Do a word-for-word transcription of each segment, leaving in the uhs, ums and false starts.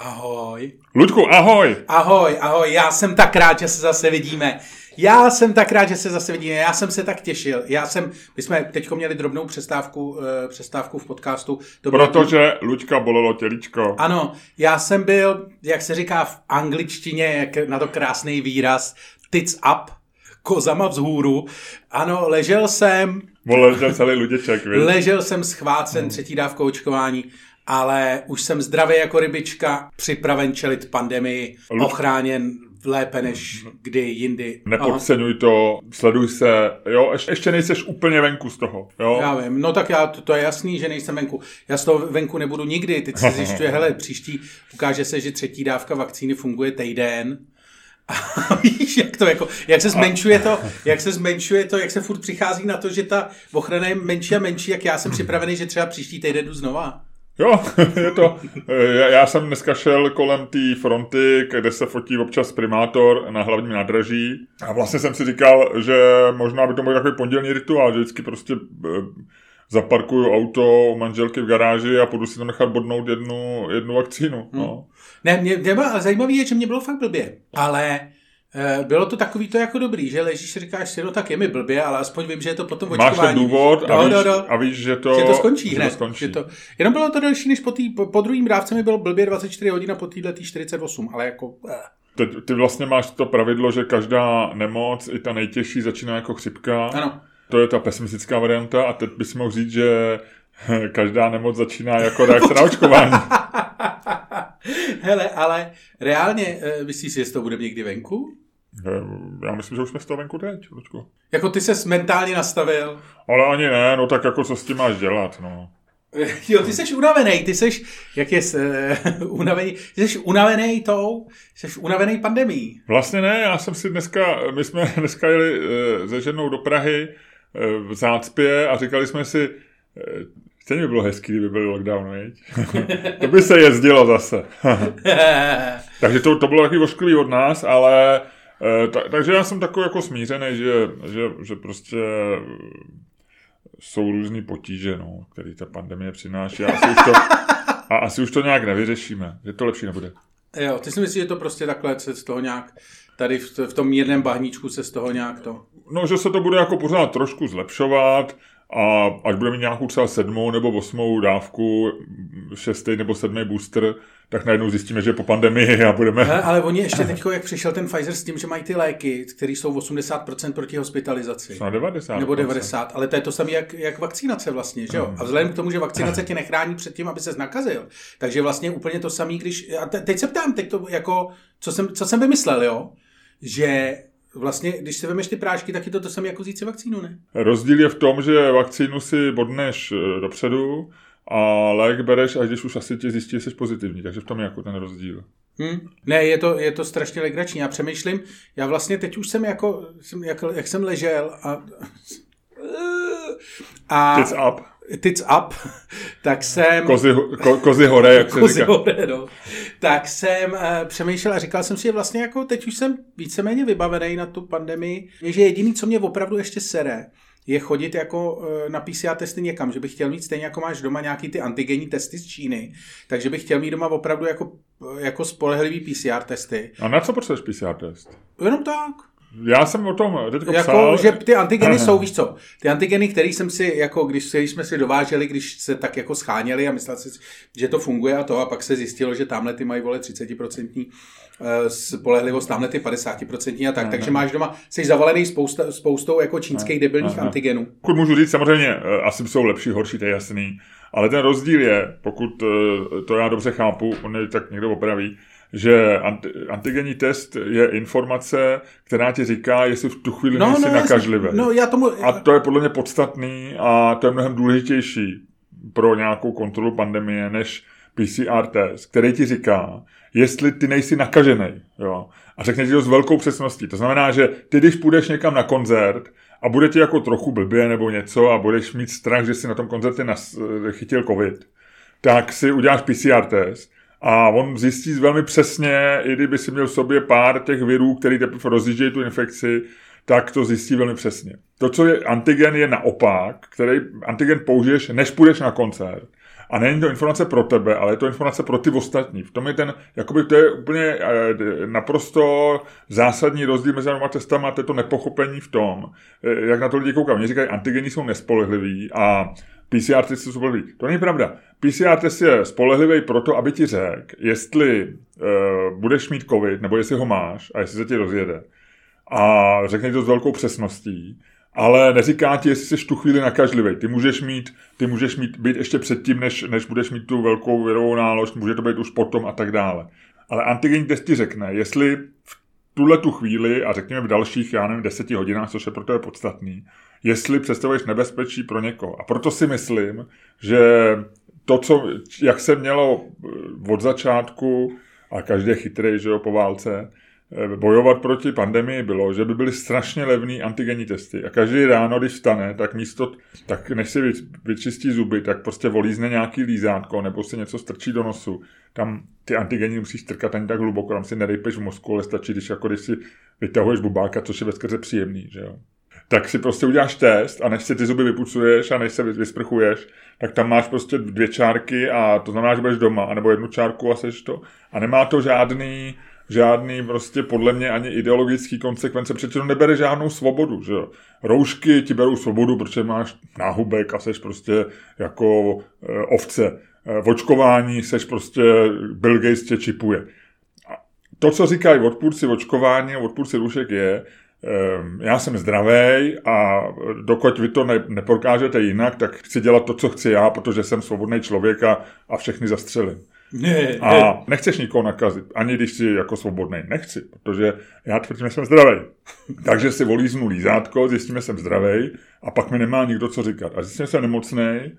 Ahoj. Luďku, ahoj. Ahoj, ahoj, já jsem tak rád, že se zase vidíme. Já jsem tak rád, že se zase vidíme, já jsem se tak těšil. Já jsem, my jsme teďko měli drobnou přestávku, uh, přestávku v podcastu. To Protože bylo... Luďka bolelo tělíčko. Ano, já jsem byl, jak se říká v angličtině, jak na to krásný výraz, tits up, kozama vzhůru. Ano, ležel jsem... Ležel celý Luděček, víš? Ležel jsem schvácen hmm. třetí dávkou očkování, ale už jsem zdravý jako rybička, připraven čelit pandemii, Luď... ochráněn lépe než kdy jindy. Nepodceňuj to, sleduj se, jo, ještě nejseš úplně venku z toho, jo. Já vím, no tak já, to, to je jasný, že nejsem venku. Já z toho venku nebudu nikdy, teď se zjišťuje, hele, příští ukáže se, že třetí dávka vakcíny funguje týden. A víš, jak to jako, jak se zmenšuje to, jak se zmenšuje to, jak se furt přichází na to, že ta ochrana je menší a menší, jak já jsem připravený, že třeba příští týden jdu znova. Jo, je to. Já, já jsem dneska šel kolem té fronty, kde se fotí občas primátor na hlavním nádraží a vlastně jsem si říkal, že možná by to byl takový pondělní rituál, že vždycky prostě zaparkuju auto u manželky v garáži a půjdu si tam nechat bodnout jednu, jednu vakcínu. No. Hmm. Ne, mě, mě bylo, ale zajímavý je, že mě bylo fakt blbě, ale e, bylo to takový to jako dobrý, že ležíš, říkáš si, no tak je mi blbě, ale aspoň vím, že je to potom očkování. Máš ten důvod a, do, víš, do, do, a víš, že to, že to skončí že hned. To skončí. Že to, jenom bylo to delší, než po, tý, po, po druhým dávce mi bylo blbě dvacet čtyři hodin a po této čtyřicet osm, ale jako... Eh. Ty, ty vlastně máš to pravidlo, že každá nemoc, i ta nejtěžší, začíná jako chřipka. Ano. To je ta pesimistická varianta a teď bys mohl říct, že každá nemoc začíná jako reakce na očkování. Hele, ale reálně, myslíš si, jestli to bude někdy venku? Já myslím, že už jsme z toho venku teď, Luďku. Jako ty ses mentálně nastavil? Ale ani ne, no tak jako co s tím máš dělat, no. Jo, ty seš unavený, ty seš, jak je uh, unavený, ty seš unavený tou, seš unavený pandemií. Vlastně ne, já jsem si dneska, my jsme dneska jeli uh, se ženou do Prahy uh, v zácpě a říkali jsme si, uh, stejně by bylo hezký, kdyby byl lockdown, viď? To by se jezdilo zase. Takže to, to bylo takový ošklivý od nás, ale uh, ta, takže já jsem takový jako smířený, že, že, že prostě jsou různý potíže, no, který ta pandemie přináší. A asi, už to, a asi už to nějak nevyřešíme, že to lepší nebude. Jo, ty si myslíš, že to prostě takhle se z toho nějak, tady v, v tom mírném bahníčku se z toho nějak to... No, že se to bude jako pořád trošku zlepšovat a až bude mít nějakou třeba sedmou nebo osmou dávku, šestý nebo sedmý booster, tak najednou zjistíme, že po pandemii a budeme... Hele, ale oni ještě teďko, jak přišel ten Pfizer s tím, že mají ty léky, které jsou osmdesát procent proti hospitalizaci. Na devadesát. Nebo devadesát, ale to je to samé jak, jak vakcinace vlastně, že jo? A vzhledem k tomu, že vakcinace tě nechrání před tím, aby ses nakazil, takže vlastně úplně to samé, když... A te, teď se ptám, teď to jako, co jsem, co jsem vymyslel, jo? Že... Vlastně, když si vemeš ty prášky, tak je to to samé jako vzít si vakcínu, ne? Rozdíl je v tom, že vakcínu si bodneš dopředu a lék bereš, až když už asi ti zjistí, že jsi pozitivní. Takže v tom je jako ten rozdíl. Hmm. Ne, je to, je to strašně legrační. Já přemýšlím, já vlastně teď už jsem jako, jsem, jak, jak jsem ležel a... a Tits up. Tits up, tak jsem... Kozy, ko, kozy hore, jak se kozy říká. Hore, no. Tak jsem uh, přemýšlel a říkal jsem si, že vlastně jako teď už jsem víceméně vybavený na tu pandemii, že jediný, co mě opravdu ještě sere, je chodit jako uh, na P C R testy někam, že bych chtěl mít stejně jako máš doma nějaký ty antigenní testy z Číny, takže bych chtěl mít doma opravdu jako, jako spolehlivý P C R testy. A na co potřebuješ P C R test? Jenom tak. Já jsem o tom teďko jako, psal. Že ty antigeny jsou, víš co, ty antigeny, které jsem si, jako když, když jsme si dováželi, když se tak jako scháněli a myslel si, že to funguje a to, a pak se zjistilo, že tamhle ty mají, vole, třicet procent spolehlivost, tamhle ty padesát procent a tak, ne, takže ne. Máš doma, jsi zavalený spousta, spoustou jako čínských ne, debilních ne, antigenů. Pokud můžu říct, samozřejmě, asi jsou lepší, horší, to je jasný, ale ten rozdíl je, pokud to já dobře chápu, on je tak někdo opraví, že antigenní test je informace, která ti říká, jestli v tu chvíli no, nejsi no, nakažlivý. No, já tomu... A to je podle mě podstatný a to je mnohem důležitější pro nějakou kontrolu pandemie, než P C R test, který ti říká, jestli ty nejsi nakažený. Jo? A řekne ti to s velkou přesností. To znamená, že ty, když půjdeš někam na koncert a bude ti jako trochu blbě nebo něco a budeš mít strach, že si na tom koncertě nas- chytil covid, tak si uděláš P C R test a on zjistí velmi přesně, i kdyby si měl v sobě pár těch virů, který teprve rozjíždějí tu infekci, tak to zjistí velmi přesně. To, co je antigen, je naopak, který antigen použiješ, než půjdeš na koncert. A není to informace pro tebe, ale je to informace pro ty ostatní. V tom je ten, jakoby to je úplně naprosto zásadní rozdíl mezi dvěma testama, a to je to nepochopení v tom, jak na to lidi koukají. Oni říkají, antigeny jsou nespolehliví a P C R testy jsou spolehlivý. To není pravda. P C R test je spolehlivý proto, aby ti řekl, jestli uh, budeš mít covid, nebo jestli ho máš a jestli se ti rozjede. A řekne to s velkou přesností, ale neříká ti, jestli jsi tu chvíli nakažlivý. Ty můžeš mít, ty můžeš mít být ještě předtím, než, než budeš mít tu velkou virovou nálož, může to být už potom a tak dále. Ale antigenní test ti řekne, jestli v tuhle tu chvíli a řekněme v dalších, já nevím, deseti hodinách, což je pro tebe podstatný, jestli představuješ nebezpečí pro někoho. A proto si myslím, že to, co, jak se mělo od začátku, a každý je chytrý, že jo, po válce, bojovat proti pandemii bylo, že by byly strašně levný antigenní testy. A každý ráno, když vstane, tak místo, tak než si vyčistí zuby, tak prostě volízne nějaký lízátko, nebo si něco strčí do nosu. Tam ty antigeny musíš strkat ani tak hluboko, tam si nedejpeš v mozku, ale stačí, když, jako když si vytahuješ bubáka, což je veskrze příjemný, že jo. Tak si prostě uděláš test a než si ty zuby vypucuješ a než se vysprchuješ, tak tam máš prostě dvě čárky a to znamená, že budeš doma, anebo jednu čárku a seš to. A nemá to žádný, žádný prostě podle mě ani ideologický konsekvence, protože to nebere žádnou svobodu, že jo. Roušky ti berou svobodu, protože máš náhubek a seš prostě jako e, ovce. E, v očkování seš prostě Bill Gates tě čipuje. A to, co říkají odpůrci očkování a odpůrci roušek je, já jsem zdravej a dokud vy to ne, neprokážete jinak, tak chci dělat to, co chci já, protože jsem svobodný člověk a, a všechny zastřelím. Ne, a ne. Nechceš nikoho nakazit, ani když jsi jako svobodný. Nechci, protože já tvrdím, že jsem zdravej. Takže si volíznu lízátko, zjistím, že jsem zdravej a pak mi nemá nikdo co říkat. A zjistím, že jsem nemocnej.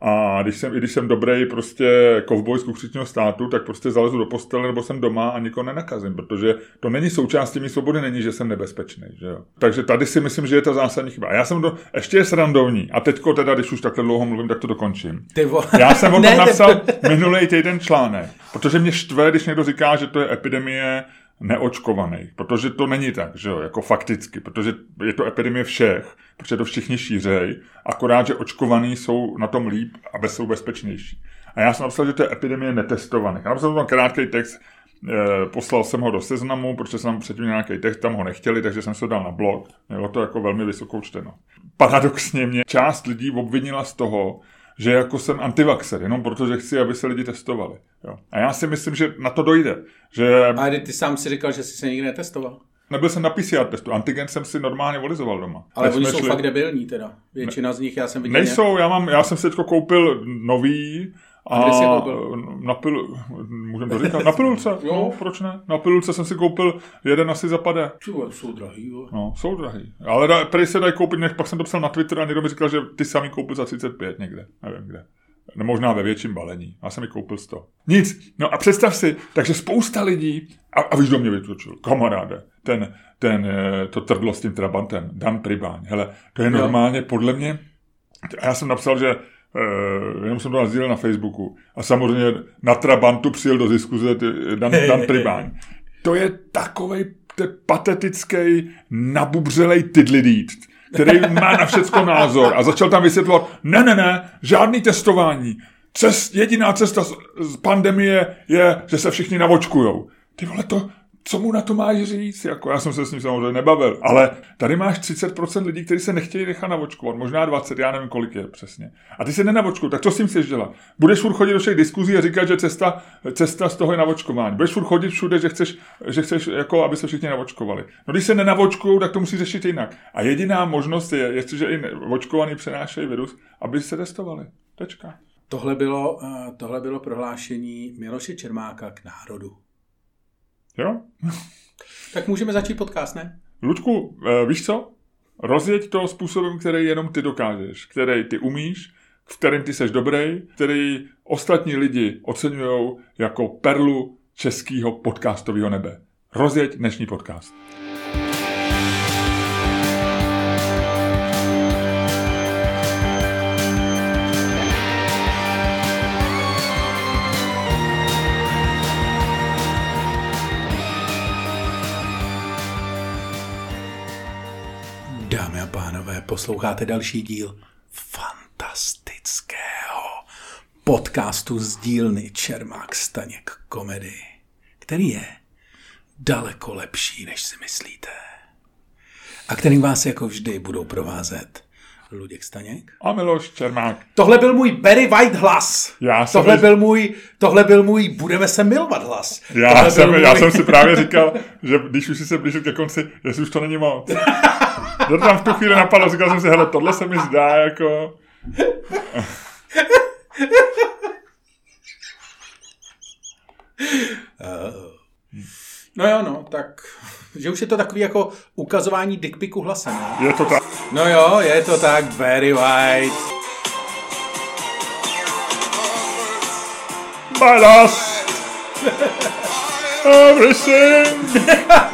A když jsem, i když jsem dobrý prostě kovboj z kukřičního státu, tak prostě zalezu do postele nebo jsem doma a nikoho nenakazím, protože to není součástí mé svobody, není, že jsem nebezpečný. Že jo? Takže tady si myslím, že je ta zásadní chyba. A já jsem to, ještě je srandovní, a teďko teda, když už takhle dlouho mluvím, tak to dokončím. Já jsem o tom napsal minulý týden článek, protože mě štve, když někdo říká, že to je epidemie neočkovaných, protože to není tak, že jo, jako fakticky, protože je to epidemie všech, protože to všichni šířej, akorát, že očkovaní jsou na tom líp a jsou bezpečnější. A já jsem napsal, že to je epidemie netestovaných. Já napsal tam krátký text, eh, poslal jsem ho do Seznamu, protože jsem předtím nějaký text, tam ho nechtěli, takže jsem se ho dal na blog. Mělo to jako velmi vysokou čteno. Paradoxně mě část lidí obvinila z toho, že jako jsem antivaxer, jenom protože chci, aby se lidi testovali. Jo. A já si myslím, že na to dojde. Že... A ty sám si říkal, že jsi se nikdy netestoval. Nebyl jsem na P C R testu, antigen jsem si normálně volizoval doma. Ale oni jsou šli... fakt debilní teda. Většina ne... z nich, já jsem viděl. Nejsou, já, mám, já jsem si teďko koupil nový. A, a kde jsi koupil? Na pil... Můžem to říkat? Na pilulce. No, proč ne? Na pilulce jsem si koupil jeden asi zapade. Čuva, jsou drahý, jo. No, jsou drahý. Ale da, prý se dají koupit, než pak jsem to psal na Twitter a někdo mi říkal, že ty sami koupil za třicet pět někde. Nevím kde. No, možná ve větším balení. Já jsem ji koupil sto. Nic. No a představ si, takže spousta lidí, a, a víš, kdo mě vytočil, kamaráde, ten, ten, to trdlo s tím trabantem, Dan Pribáň. Hele, to je normálně podle mě, a já jsem napsal, že Uh, jenom jsem to nazdílel na Facebooku. A samozřejmě na Trabantu přijel do diskuze Dan, Dan Pribáň. To je takovej patetický, nabubřelej tydlidít, který má na všecko názor. A začal tam vysvětlovat, ne, ne, ne, žádný testování. Cest, jediná cesta z, z pandemie je, že se všichni navočkujou. Ty vole, to... Co mu na to máš říct? Jako, já jsem se s ním samozřejmě nebavil. Ale tady máš třicet procent lidí, kteří se nechtějí nechat navočkovat. Možná dvacet, já nevím, kolik je přesně. A ty se nenavočkují, tak co s tím chceš dělat? Budeš furt chodit do všech diskuzí a říkat, že cesta, cesta z toho je navočkování. Budeš furt chodit všude, že chceš, že chceš jako, aby se všichni navočkovali. No když se nenavočkují, tak to musí řešit jinak. A jediná možnost je, jestliže i očkovaný přenášejí virus, aby se testovali. Tečka. Tohle bylo, tohle bylo prohlášení Miloše Čermáka k národu. Jo? Tak můžeme začít podcast, ne? Luďku, víš co? Rozjeď to způsobem, který jenom ty dokážeš, který ty umíš, v kterém ty seš dobrý, který ostatní lidi oceňujou jako perlu českého podcastového nebe. Rozjeď dnešní podcast. Dámy a pánové, posloucháte další díl fantastického podcastu z dílny Čermák Staněk Komedy, který je daleko lepší, než si myslíte. A kterým vás jako vždy budou provázet Luděk Staněk a Miloš Čermák. Tohle byl můj Barry White hlas. Já tohle, jsem... byl můj, tohle byl můj budeme se milovat hlas. Já, jsem, můj... já jsem si právě říkal, že když už si se blížil ke konci, jestli už to není moc. To tam v tu chvíli napadlo, říkal jsem si, hele, tohle se mi zdá jako... No jo, no, tak, že už je to takový jako ukazování dickpiku hlasem. Ne? Je to tak. No jo, je to tak, Barry White. My last everything.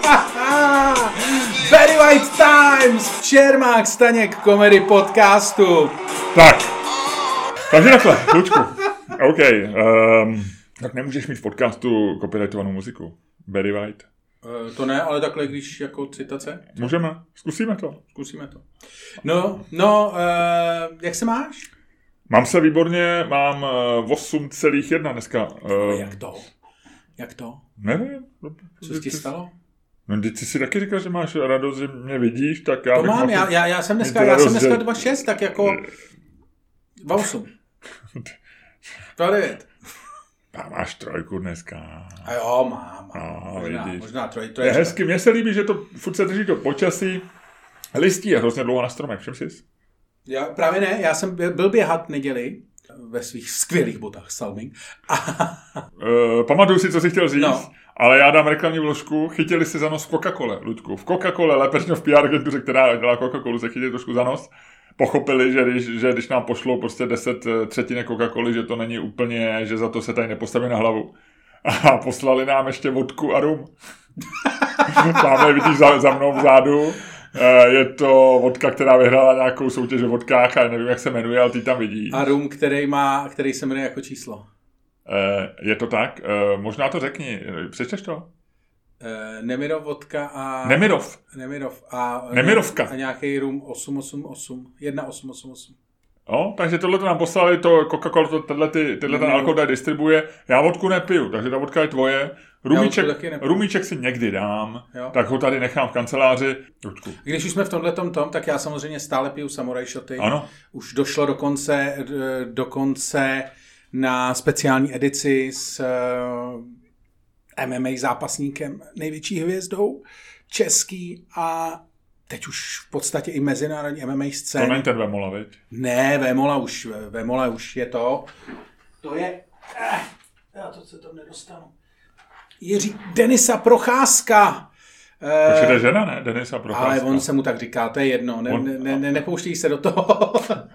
Barry White Times, Čermák Staněk Komedy podcastu. Tak, takže takhle, Lučku. OK, um, tak nemůžeš mít v podcastu copyrightovanou muziku. Barry White. Uh, to ne, ale takhle, když jako citace. Můžeme, zkusíme to. Zkusíme to. No, no, uh, jak se máš? Mám se výborně, mám osm celá jedna dneska. Uh, jak to? Jak to? Nevím. Co se ti stalo? No, ty si taky říkal, že máš radost, že mě vidíš, tak já... To mám, já, já, já jsem dneska, já jsem dneska dva šest, tak jako dva osm. dva devět. A máš trojku dneska. A jo, mám. A, možná, vidíš. možná troj, to je hezky, mně se líbí, že to furt se drží to počasí. Listí je hrozně dlouho na stromech, všem si? Já právě ne, já jsem byl běhat v neděli ve svých skvělých botách Salming. uh, pamatuju si, co jsi chtěl říct, no. Ale já dám reklamní vložku. Chytili si za nos v Coca-Cole, Ludku. V Coca-Cole, lépe v P R agentuře, která dělá Coca-Colu, se chytili trošku za nos. Pochopili, že když, že když nám pošlou prostě deset třetinek Coca-Coly, že to není úplně, že za to se tady nepostaví na hlavu. A poslali nám ještě vodku a rum. Máme, vidíš, za, za mnou vzadu. Je to vodka, která vyhrála nějakou soutěž o vodkách a nevím, jak se jmenuje, ale ty tam vidíš. A rum, který, má, který se jmenuje jako číslo. Je to tak? Možná to řekni. Přečteš to? Nemirov vodka a... Nemirov. Nemirov a... Nemirovka. A nějaký rum osm osm osm. jedna osm osm osm. No, takže tohle to nám poslali, to Coca-Cola, to, tyhle, ty, tyhle ten alkohol tady distribuje. Já vodku nepiju, takže ta vodka je tvoje. Rumíček, rumíček si někdy dám, jo. Tak ho tady nechám v kanceláři. Vodku. Když už jsme v tomhletom tom, tak já samozřejmě stále piju Samurai shoty. Ano. Už došlo dokonce, dokonce na speciální edici s M M A zápasníkem, největší hvězdou český a teď už v podstatě i mezinárodní M M A scény. To není ten Vémola, viď? Ne, Vémola už, Vémola už je to. To je... Eh, já to se tam nedostanu. Jiří Denisa Procházka. Počkej, to je žena, ne? Denisa Procházka. Ale on se mu tak říká, to je jedno. Ne, on... ne, ne, nepouštěj se do toho.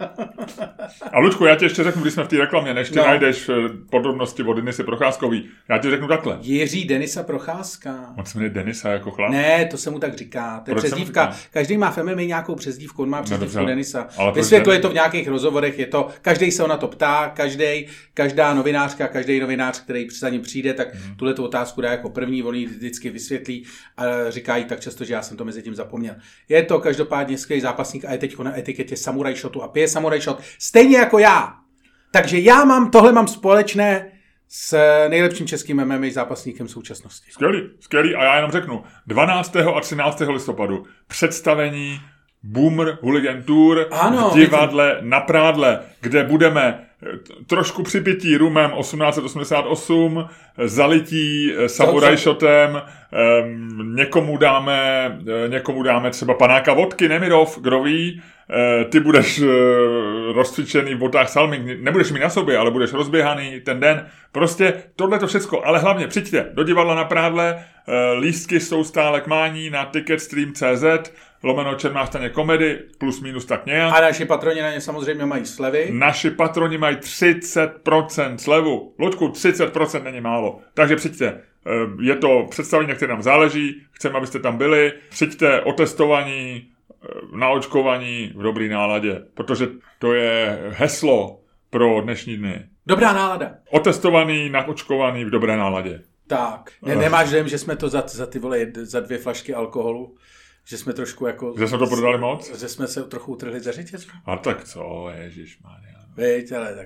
A Luďku, já ti ještě řeknu, když jsme v té reklamě, než ty no. najdeš podrobnosti o Denisy Procházkový. Já ti řeknu takhle. Jiří Denisa Procházka. On se jmenuje Denisa jako chlap? Ne, to se mu tak říká. To je proč přezdívka. Každý má v M M A nějakou přezdívku, on má přezdívku no, Denisa. Vysvětluje to v nějakých rozhovorech, je to, každý se ho na to ptá, každý, každá novinářka, každý novinář, který za ním přijde, tak hmm. tuhle tu otázku dá jako první, on ji vždycky vysvětlí a říkají tak často, že já jsem to mezi tím zapomněl. Je to každopádně skvělý zápasník a je teď na etiketě Samurai shotu a pije Samurai shot stejně jako já. Takže já mám, tohle mám společné s nejlepším českým M M A zápasníkem současnosti. Skvělý, skvělý a já jenom řeknu, dvanáctého a třináctého listopadu představení Boomer Hooligan Tour ano, v divadle na Prádle, kde budeme trošku připětí rumem osmnáct osmdesát osm, zalití Samurai shotem, někomu dáme, někomu dáme třeba panáka vodky, Nemirov, kdo ví, ty budeš rozcvičený v botách Salming, nebudeš mít na sobě, ale budeš rozběhaný ten den. Prostě tohle to všecko, ale hlavně přijďte do divadla na Prádle, lístky jsou stále k mání na ticketstream tečka cé zet, lomeno Čermák Staněk Komedy, plus minus tak nějak. A naši patroni na ně samozřejmě mají slevy. Naši patroni mají třicet procent slevu. Luďku, třicet procent není málo. Takže přijďte. Je to představení, na které nám záleží. Chceme, abyste tam byli. Přijďte otestovaní, naočkovaní v dobrý náladě. Protože to je heslo pro dnešní dny. Dobrá nálada. Otestovaný, naočkovaný v dobré náladě. Tak. Ne, nemáš dojem, že jsme to za, za ty vole, za dvě flašky alkoholu, že jsme trošku jako... Že jsme to prodali moc? Že jsme se trochu utrhli za řetěz. A tak co, ježišmarja. Víte, ale tak...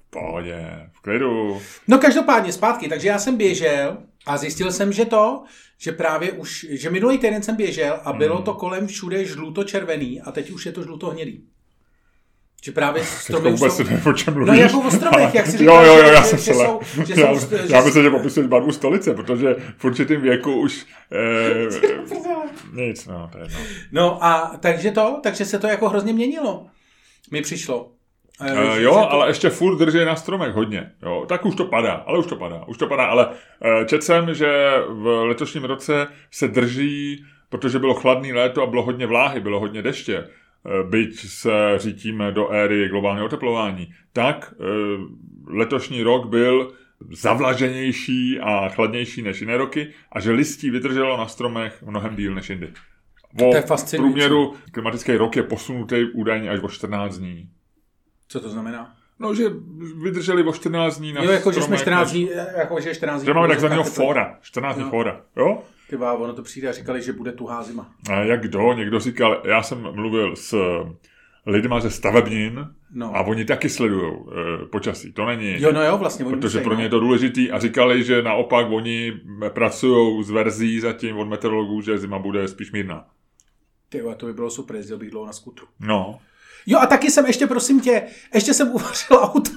Pohodě, v klidu. No každopádně zpátky, takže já jsem běžel a zjistil jsem, že to, že právě už, že minulý týden jsem běžel a bylo hmm. to kolem všude žluto-červený a teď už je to žluto-hnědý. Že právě stromy vůbec jsou... nevím, o čem mluvíš. No jako o stromech, jak si říkal, jo, jo, jo, já že, jsem že, se jsou, že já, jsou... Já, že já myslím, že popisuješ barvu stolice, protože v určitém věku už... Eh, nic, no, to je jedno. No a takže to, takže se to jako hrozně měnilo. Mi přišlo. Uh, jo, to... ale ještě furt drží na stromech hodně. Jo. Tak už to padá, ale už to padá. Už to padá, ale uh, četl jsem, že v letošním roce se drží, protože bylo chladný léto a bylo hodně vláhy, bylo hodně deště, uh, byť se řítíme do éry globálního oteplování, tak uh, letošní rok byl zavlaženější a chladnější než jiné roky a že listí vydrželo na stromech mnohem díl než jindy. To je fascinující. V průměru klimatický rok je posunutý údajně až o čtrnáct dní. Co to znamená? No, že vydrželi o čtrnáct dní na jo, jako, stromech. že jsme čtrnáct dní, jako, že čtrnáct dní. Že máme takzvaného fóra, čtrnáct dní fóra, jo? Ty bá, ono to přijde a říkali, že bude tuhá zima. A jak kdo? Někdo říkal, já jsem mluvil s lidma ze stavebnin no. a oni taky sledují e, počasí, to není. Jo, no jo, vlastně. Protože musí, pro ně je to důležitý a říkali, že naopak oni pracují s verzí zatím od meteorologů, že zima bude spíš mírná. Ty, to by bylo super, jezdil bych dlouho na skutru. No. Jo a taky jsem ještě, prosím tě, ještě jsem uvařil auto.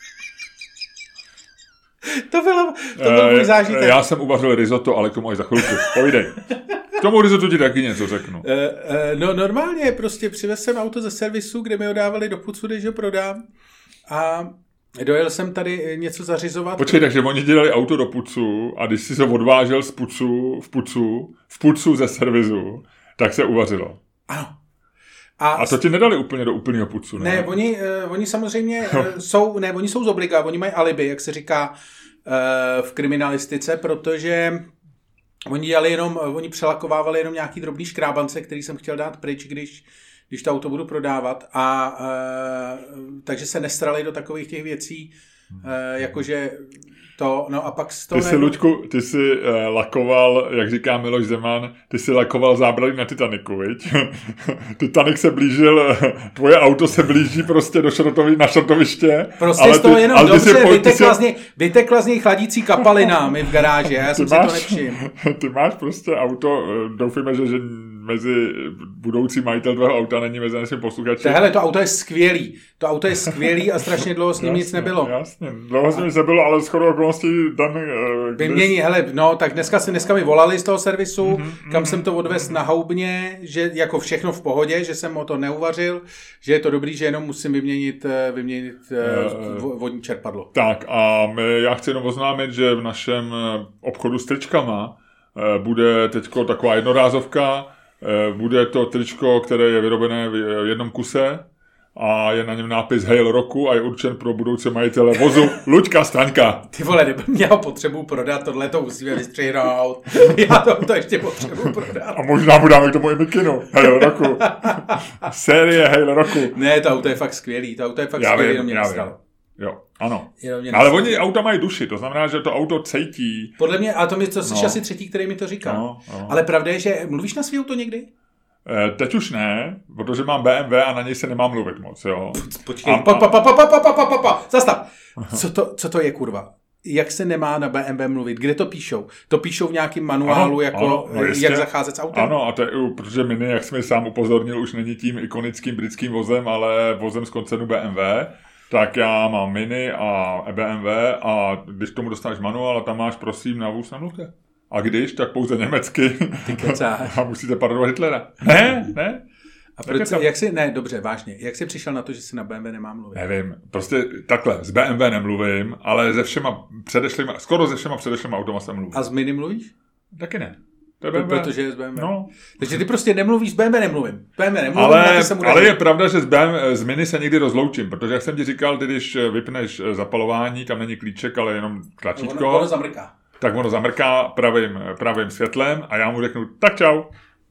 to bylo, to byl můj zážitek. Já jsem uvařil risotto, ale k tomu až za chvilku. Povídej. K tomu risotto ti taky něco řeknu. Uh, uh, no normálně, prostě přivez jsem auto ze servisu, kde mi ho dávali do pucu, když ho prodám. A dojel jsem tady něco zařizovat. Počkej, takže oni dělali auto do pucu a když si se odvážel z pucu, v pucu, v pucu ze servisu, tak se uvařilo. Ano. A, a to ti nedali úplně do úplného pucu, ne? Ne, oni, uh, oni samozřejmě uh, jsou, ne, oni jsou z obliga, oni mají alibi, jak se říká uh, v kriminalistice, protože oni dělali jenom, oni přelakovávali jenom nějaký drobný škrábance, který jsem chtěl dát pryč, když, když to auto budu prodávat a uh, takže se nestrali do takových těch věcí, uh, jakože to, no a pak z toho... Ty jsi, Luďku, ty jsi uh, lakoval, jak říká Miloš Zeman, ty jsi lakoval zábrany na Titaniku, viď? Titanic se blížil, tvoje auto se blíží prostě do šrotovi, na šrotoviště. Prostě ale z toho ty, jenom dobře, jsi, vytekla, jsi... z něj, vytekla z něj chladící kapalina mi v garáži, já jsem máš, si to nevšiml. Ty máš prostě auto, doufíme, že, že mezi budoucí majitel tvého auta není mezi naším posluchačem. Hele, to auto je skvělý. To auto je skvělý a strašně dlouho s ním jasně, nic nebylo. Jasně, dlouho s ním nic nebylo, ale shodou okolností Dan... Uh, Vymění, když... hele, no, tak dneska, si, dneska mi volali z toho servisu, mm-hmm, kam mm-hmm. jsem to odvez na Houbně, že jako všechno v pohodě, že jsem o to neuvařil, že je to dobrý, že jenom musím vyměnit, vyměnit uh, vodní čerpadlo. Tak a my, já chci jenom oznámit, že v našem obchodu s tričkama uh, bude teďko taková jednorázovka. Bude to tričko, které je vyrobené v jednom kuse a je na něm nápis Hail roku a je určen pro budoucí majitele vozu Luďka Staňka. Ty vole, já ho potřebuji prodat, tohle to musíme vystřihnout. Já to, to ještě potřebuji prodat. A možná mu dáme k tomu i mikinu. Hail roku. Série Hail roku. Ne, to auto je fakt skvělý. To auto je fakt já skvělý, jenom mě nestalo. Jo, ano. Ale oni auta mají duši, to znamená, že to auto cítí. Podle mě, a to mi to jsi no. asi třetí, který mi to říká. No, no. Ale pravda je, že mluvíš na svý auto někdy? E, teď už ne, protože mám bé em vé a na něj se nemám mluvit moc, jo. Počkej, pa, pa, pa, pa, pa, pa, pa, pa, pa. Zastav. Co to, co to je, kurva? Jak se nemá na bé em vé mluvit? Kde to píšou? To píšou v nějakém manuálu, ano, jako ano, no jak zacházet s autem? Ano, a to je, protože Mini, jak jsi mi sám upozornil, už není tím ikonickým britským vozem, ale vozem z koncernu bé em vé. Tak já mám Mini a bé em vé a když k tomu dostaneš manuál a tam máš prosím na vůz na nutě. A když, tak pouze německy. Ty kecáš. A musíte parodovat Hitlera. Ne, ne. A proč, jak jsi, ne, dobře, vážně, jak jsi přišel na to, že si na bé em vé nemám mluvit? Nevím, prostě takhle, s bé em vé nemluvím, ale se všema předešlýma, skoro se všema předešlýma automa jsem mluvil. A s Mini mluvíš? Taky ne. Protože je z bé em vé. No. Takže ty prostě nemluvíš s bé em vé, nemluvím. bé em vé nemluvím, ale, se mu ale je pravda, že z, bé em vé, z Mini se někdy rozloučím, protože jak jsem ti říkal, ty když vypneš zapalování, tam není klíček, ale jenom tlačítko. Ono, ono zamrká. Tak ono zamrká pravým, pravým světlem a já mu řeknu, tak čau.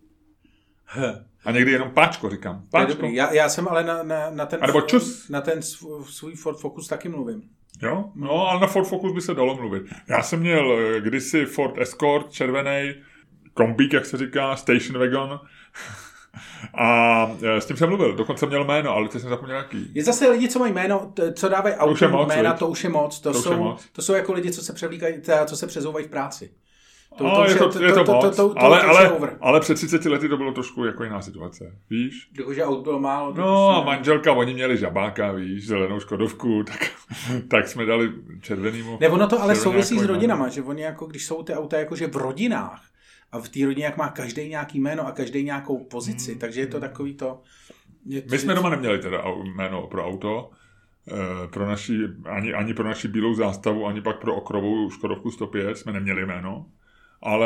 A někdy jenom páčko říkám. Páčko. Já, já jsem ale na, na, na ten, čus. na ten svůj Ford Focus taky mluvím. Jo? No, ale na Ford Focus by se dalo mluvit. Já jsem měl kdysi Ford Escort, červený, kombík, jak se říká, station wagon. A s tím jsem mluvil, dokonce měl jméno, ale teď jsem zapomněl jaký. Je zase lidi, co mají jméno, co dávají autorům jména, to už je moc. To, to, jsou, moc. to jsou jako lidi, co se převlíkají, co se přezouvají v práci. To, no, to, je to, to, je to, to, moc, to, to, to, ale, ale, ale před třiceti lety to bylo trošku jako jiná situace, víš? Protože auto bylo málo. No a manželka, oni měli žabáka, víš, zelenou Škodovku, tak, tak jsme dali červenýmu. Ne, ono to ale souvisí s rodinama, že oni jako, když jsou ty auta jakože v rodinách a v té rodině jak má každý nějaký jméno a každý nějakou pozici, hmm. takže je to takový to... Je, My jsme doma neměli teda jméno pro auto, pro naši, ani, ani pro naši bílou zástavu, ani pak pro okrovou Škodovku sto pět jsme neměli jméno. Ale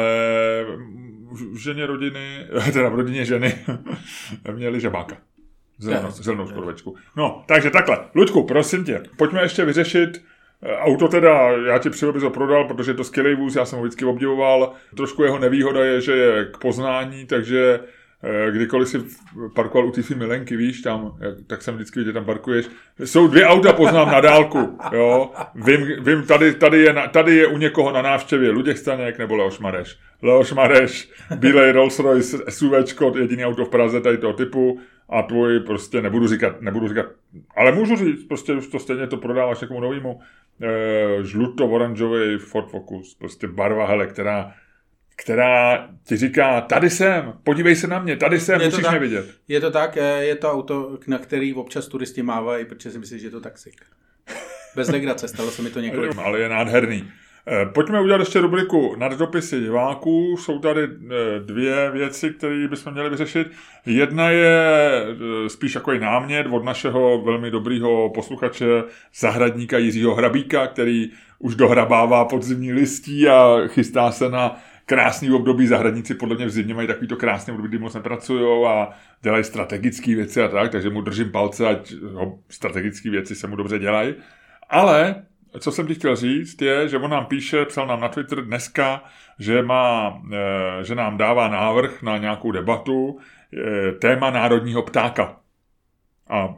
v ženě rodiny, teda v rodině ženy, měli žabáka. Zelenou, zelenou Škodovečku. No, takže takhle. Luďku, prosím tě, pojďme ještě vyřešit auto teda, já ti přeju, abys ho prodal, protože je to skvělý vůz, já jsem ho vždycky obdivoval. Trošku jeho nevýhoda je, že je k poznání, takže kdykoliv si parkoval u té svý milenky, víš, tam, tak jsem vždycky viděl, tam parkuješ. Jsou dvě auta, poznám na dálku, jo. Vím, vím tady, tady, je na, tady je u někoho na návštěvě Luděk Staněk nebo Leoš Mareš. Leoš Mareš, bílej Rolls-Royce, SUVčko, jediný auto v Praze tady toho typu a tvůj prostě nebudu říkat, nebudu říkat, ale můžu říct, prostě už to stejně to prodáváš někomu novýmu, e, žluto-oranžový Ford Focus, prostě barva, hele, která která ti říká, tady jsem, podívej se na mě, tady jsem, musíš tak, mě vidět. Je to tak, je to auto, na který občas turisti mávají, protože si myslí, že je to taxík. Bez legrace, stalo se mi to několik. Ale je nádherný. Pojďme udělat ještě rubriku nad dopisy diváků. Jsou tady dvě věci, které bychom měli vyřešit. Jedna je spíš jako i námět od našeho velmi dobrýho posluchače, zahradníka Jiřího Hrabíka, který už dohrabává podzimní listí a chystá se na krásný období. Zahradníci podle mě v zimě mají takovýto krásný období, kdy moc nepracujou a dělají strategické věci a tak, takže mu držím palce, ať strategické věci se mu dobře dělají. Ale co jsem ti chtěl říct je, že on nám píše, psal nám na Twitter dneska, že, má, že nám dává návrh na nějakou debatu téma národního ptáka. A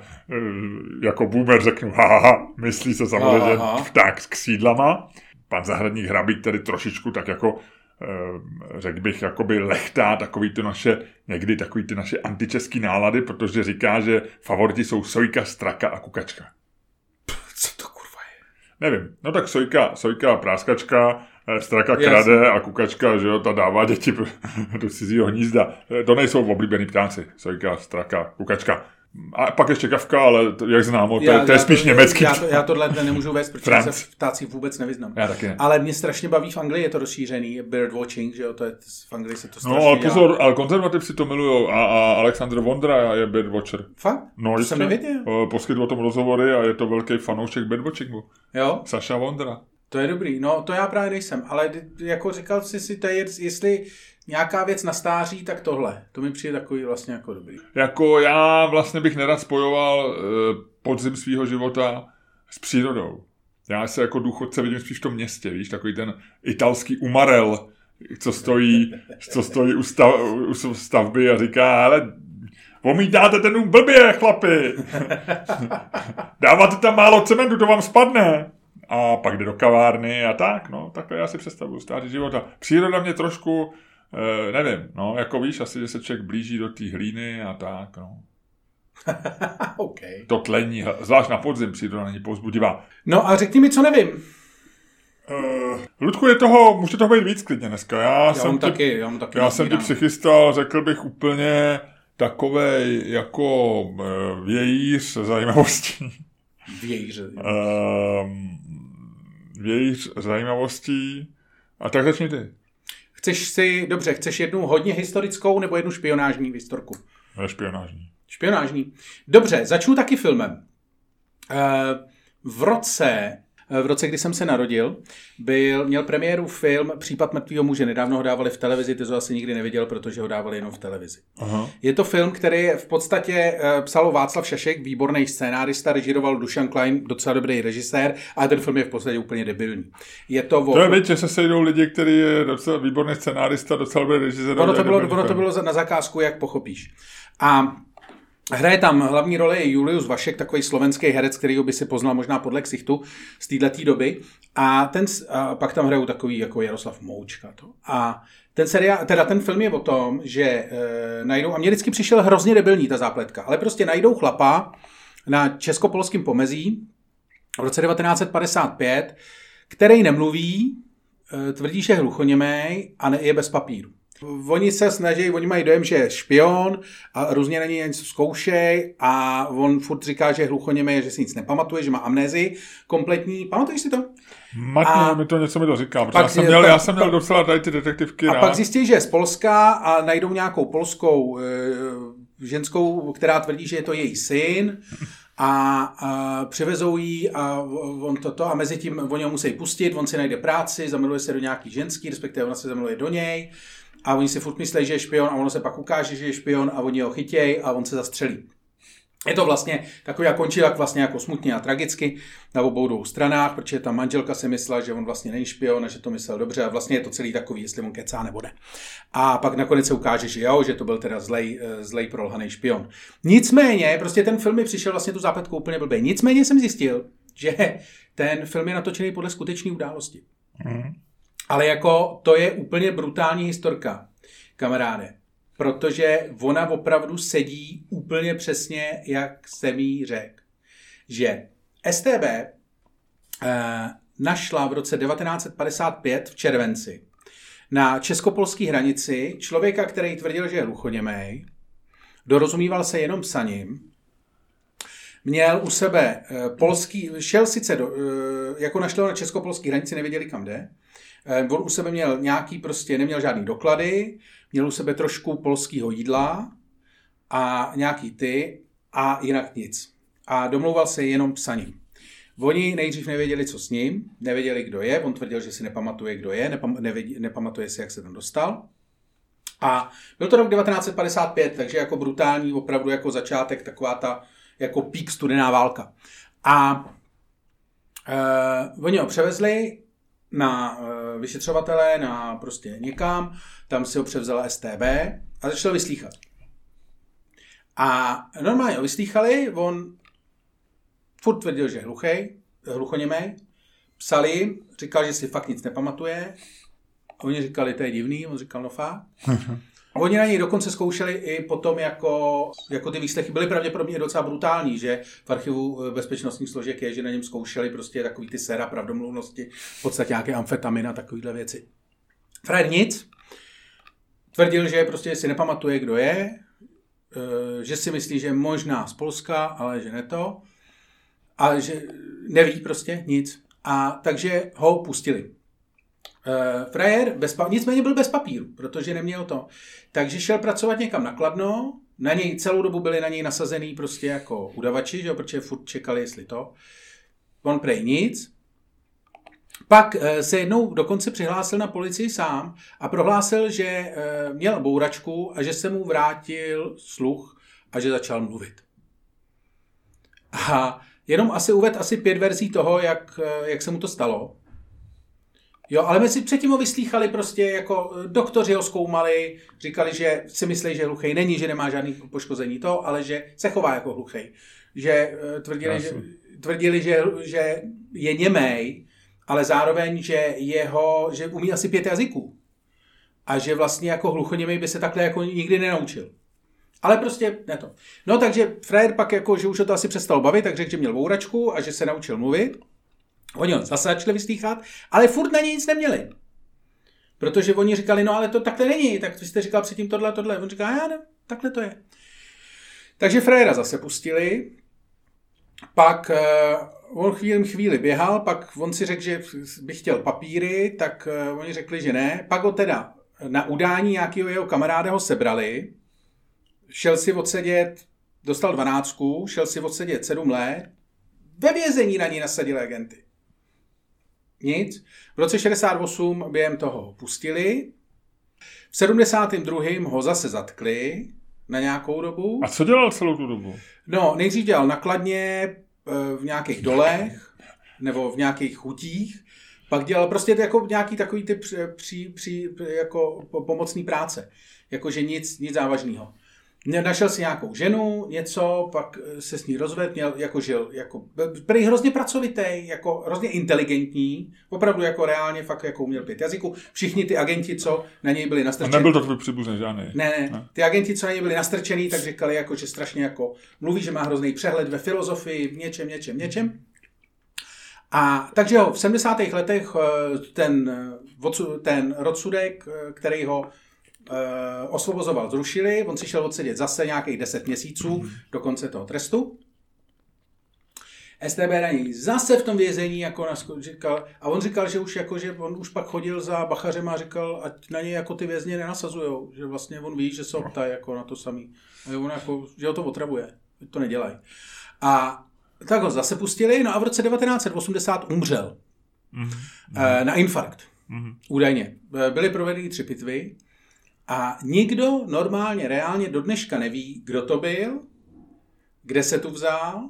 jako boomer řeknu, haha, myslí se samozřejmě aha. Pták s křídlama. Pan zahradník Hrabík tedy trošičku tak jako, řekl bych, jakoby lechtá takový ty naše, někdy takový ty naše antičeský nálady, protože říká, že favoriti jsou sojka, straka a kukačka. Co to kurva je? Nevím. No tak sojka, sojka, práskačka, straka krade Jasně. a kukačka, že jo, ta dává děti do cizího hnízda. To nejsou oblíbený ptáci. Sojka, straka, kukačka. A pak ještě kavka, ale to, jak známo, to, já, to je spíš to, německý. Já, to, já tohle nemůžu vést, protože Franc. se v ptácích vůbec nevyznám. Já taky ne. Ale mě strašně baví v Anglii, je to rozšířený, birdwatching, že jo, to je, v Anglii se to strašně No, ale pozor, dělá. Ale konzervativci to milujou a, a Alexandr Vondra je birdwatcher. Fakt? No, to jsem nevěděl. Poskytl o tom rozhovory a je to velký fanoušek birdwatchingu. Jo? Saša Vondra. To je dobrý, no to já právě nejsem, ale jako říkal jsi si, to je, jestli nějaká věc na stáří, tak tohle. To mi přijde takový vlastně jako dobrý. Jako já vlastně bych nerad spojoval uh, podzim svýho života s přírodou. Já se jako důchodce vidím spíš v tom městě, víš, takový ten italský umarel, co stojí, co stojí u, stav, u stavby a říká, hele, omítáte ten dům blbě, chlapi. Dáváte tam málo cementu, to vám spadne. A pak jde do kavárny a tak, no, takhle já si představuju stáří života. Příroda mě trošku, eh, nevím, no, jako víš, asi, že se člověk blíží do té hlíny a tak, no. Okay. To tlení, zvlášť na podzim příroda není povzbudivá. No a řekni mi, co nevím. Uh, Ludku, je toho, může toho být víc klidně dneska. Já, já jsem, ti, taky, já taky já jsem ti přichystal, řekl bych úplně takovej jako uh, vějíř zajímavostí. Vějíř. Uh, vějíř zajímavostí. A tak začni ty. Chceš si, dobře, chceš jednu hodně historickou nebo jednu špionážní historku? Je špionážní. Špionážní. Dobře, začnu taky filmem. V roce, v roce, kdy jsem se narodil, byl, měl premiéru film Případ mrtvého muže. Nedávno ho dávali v televizi, ty to asi nikdy neviděl, protože ho dávali jenom v televizi. Aha. Je to film, který v podstatě psal Václav Šašek, výborný scénárista, režíroval Dušan Klein, docela dobrý režisér, a ten film je v podstatě úplně debilní. Je to, to je věc, že se sejdou lidi, který je docela výborný scénárista, docela dobrý režisér. Ono to bylo, ono to bylo na zakázku, jak pochopíš. A Hraje tam hlavní roli Julius Vašek, takový slovenský herec, kterýho by si poznal možná podle ksichtu z této doby. A, ten, a pak tam hrajou takový jako Jaroslav Moučka. To. A ten, seriál, teda ten film je o tom, že e, najdou, a mně vždycky přišel hrozně debilní ta zápletka, ale prostě najdou chlapa na českopolském pomezí v roce devatenáct set padesát pět, který nemluví, e, tvrdí, že je hluchoněmej a ne, je bez papíru. Oni se snaží, oni mají dojem, že je špion a různě na něj něco zkoušej a on furt říká, že je hluchoněmej, že si nic nepamatuje, že má amnézii kompletní. Pamatuješ si to? Matně, mi to něco mi to říká, já jsem měl, pak, já jsem měl docela tady ty detektivky A rád. pak zjistí, že je z Polska a najdou nějakou polskou e, ženskou, která tvrdí, že je to její syn a, a přivezou jí a on toto a mezi tím oni ho musí pustit, on si najde práci, zamiluje se do nějaký ženský, respektive ona se zamiluje do něj. A oni si furt myslí, že je špion a ono se pak ukáže, že je špion a oni ho chytějí a on se zastřelí. Je to vlastně takový a končí tak vlastně jako smutně a tragicky na obou dvou stranách, protože ta manželka si myslela, že on vlastně není špion a že to myslel dobře a vlastně je to celý takový, jestli on kecá nebo ne. A pak nakonec se ukáže, že jo, že to byl teda zlej, zlej prolhaný špion. Nicméně, prostě ten film mi přišel vlastně tu zápletku úplně blbý. Nicméně jsem zjistil, že ten film je natočený podle skutečné události. Mm. Ale jako to je úplně brutální historka, kamaráde. Protože ona opravdu sedí úplně přesně, jak jsem jí řekl. Že S T B eh, našla v roce devatenáct set padesát pět v červenci na českopolské hranici člověka, který tvrdil, že je hluchoněmej, dorozumíval se jenom psaním, měl u sebe eh, polský, šel sice, do, eh, jako našli ho na českopolské hranici, nevěděli kam jde, on u sebe měl nějaký, prostě neměl žádný doklady, měl u sebe trošku polského jídla a nějaký ty a jinak nic. A domlouval se jenom psaním. Oni nejdřív nevěděli, co s ním, nevěděli, kdo je, on tvrdil, že si nepamatuje, kdo je, nepam, nevědě, nepamatuje si, jak se tam dostal. A byl to rok devatenáct set padesát pět, takže jako brutální, opravdu jako začátek, taková ta jako pík studená válka. A uh, oni ho převezli na uh, vyšetřovatele, na prostě někam, tam si ho převzala S T B a začal vyslýchat. A normálně ho vyslýchali, on furt tvrdil, že je hluchej, hluchoněmej, psali jim, říkal, že si fakt nic nepamatuje, a oni říkali, to je divný, on říkal, no fakt. Oni na něj dokonce zkoušeli i potom, jako, jako ty výslechy byly pravděpodobně docela brutální, že v archivu bezpečnostních složek je, že na něm zkoušeli prostě takový ty séra pravdomluvnosti, v podstatě nějaké amfetamin a takovýhle věci. Frajer nic, tvrdil, že prostě si nepamatuje, kdo je, že si myslí, že možná z Polska, ale že ne to, a že neví prostě nic. A takže ho pustili. Uh, frajer, bez pa- nicméně byl bez papíru, protože neměl to. Takže šel pracovat někam na Kladno, na něj celou dobu byli na něj nasazený prostě jako udavači, že jo, protože furt čekali, jestli to. On prej nic. Pak uh, se jednou dokonce přihlásil na policii sám a prohlásil, že uh, měl bouračku a že se mu vrátil sluch a že začal mluvit. A jenom asi uvedl asi pět verzí toho, jak, uh, jak se mu to stalo. Jo, ale my si předtím ho vyslýchali prostě, jako doktoři ho zkoumali, říkali, že si myslí, že hluchej není, že nemá žádný poškození to, ale že se chová jako hluchej. Že tvrdili, že, tvrdili že, že je němej, ale zároveň, že jeho, že umí asi pět jazyků. A že vlastně jako hluchoněmej by se takhle jako nikdy nenaučil. Ale prostě ne to. No takže frajer pak jako, že už ho to asi přestal bavit, tak řekl, že měl bouračku a že se naučil mluvit. Oni ho zase začali vyslýchat, ale furt na něj nic neměli. Protože oni říkali, no ale to takhle není, tak jste říkal předtím tohle, tohle. On říká, já ne, takhle to je. Takže frajera zase pustili, pak uh, on chvíli, chvíli běhal, pak on si řekl, že by chtěl papíry, tak uh, oni řekli, že ne. Pak ho teda na udání nějakého jeho kamaráda ho sebrali, šel si odsedět, dostal dvanáctku, šel si odsedět sedm let, ve vězení na ní nasadili agenty. Nic. V roce šedesát osm během toho pustili. V sedmdesátém druhém ho zase zatkli na nějakou dobu. A co dělal celou tu dobu? No, nejdřív dělal na Kladně, v nějakých dolech, nebo v nějakých chutích. Pak dělal prostě jako nějaký takový ty při, při, při, jako pomocný práce. Jakože nic, nic závažného. Našel si nějakou ženu, něco, pak se s ní rozvedl, měl, jako žil, jako, byl hrozně pracovitý, jako hrozně inteligentní, opravdu jako reálně fakt jako uměl pět jazyků. Všichni ty agenti, co na něj byli nastrčení. A nebyl to tvůj příbuzný žádný. Ne, ne, ne, ty agenti, co na něj byli nastrčení, tak říkali, jako, že strašně jako mluví, že má hrozný přehled ve filozofii, v něčem, něčem, něčem. A takže ho v sedmdesátých letech ten, ten rozsudek, který ho Uh, osvobozoval, zrušili, on si šel odsedět zase nějakých deset měsíců mm. do konce toho trestu. S T B na něj zase v tom vězení jako říkal, a on říkal, že už jako, že on už pak chodil za bachařem a říkal, ať na něj jako ty vězně nenasazujou, že vlastně on ví, že jsou ptají jako na to samý. A on jako, že ho to otravuje, to nedělají. A tak ho zase pustili, no a v roce devatenáct set osmdesát umřel. Mm. Uh, na infarkt. Mm. Údajně. Byly provedeny tři pitvy. A nikdo normálně, reálně do dneška neví, kdo to byl, kde se tu vzal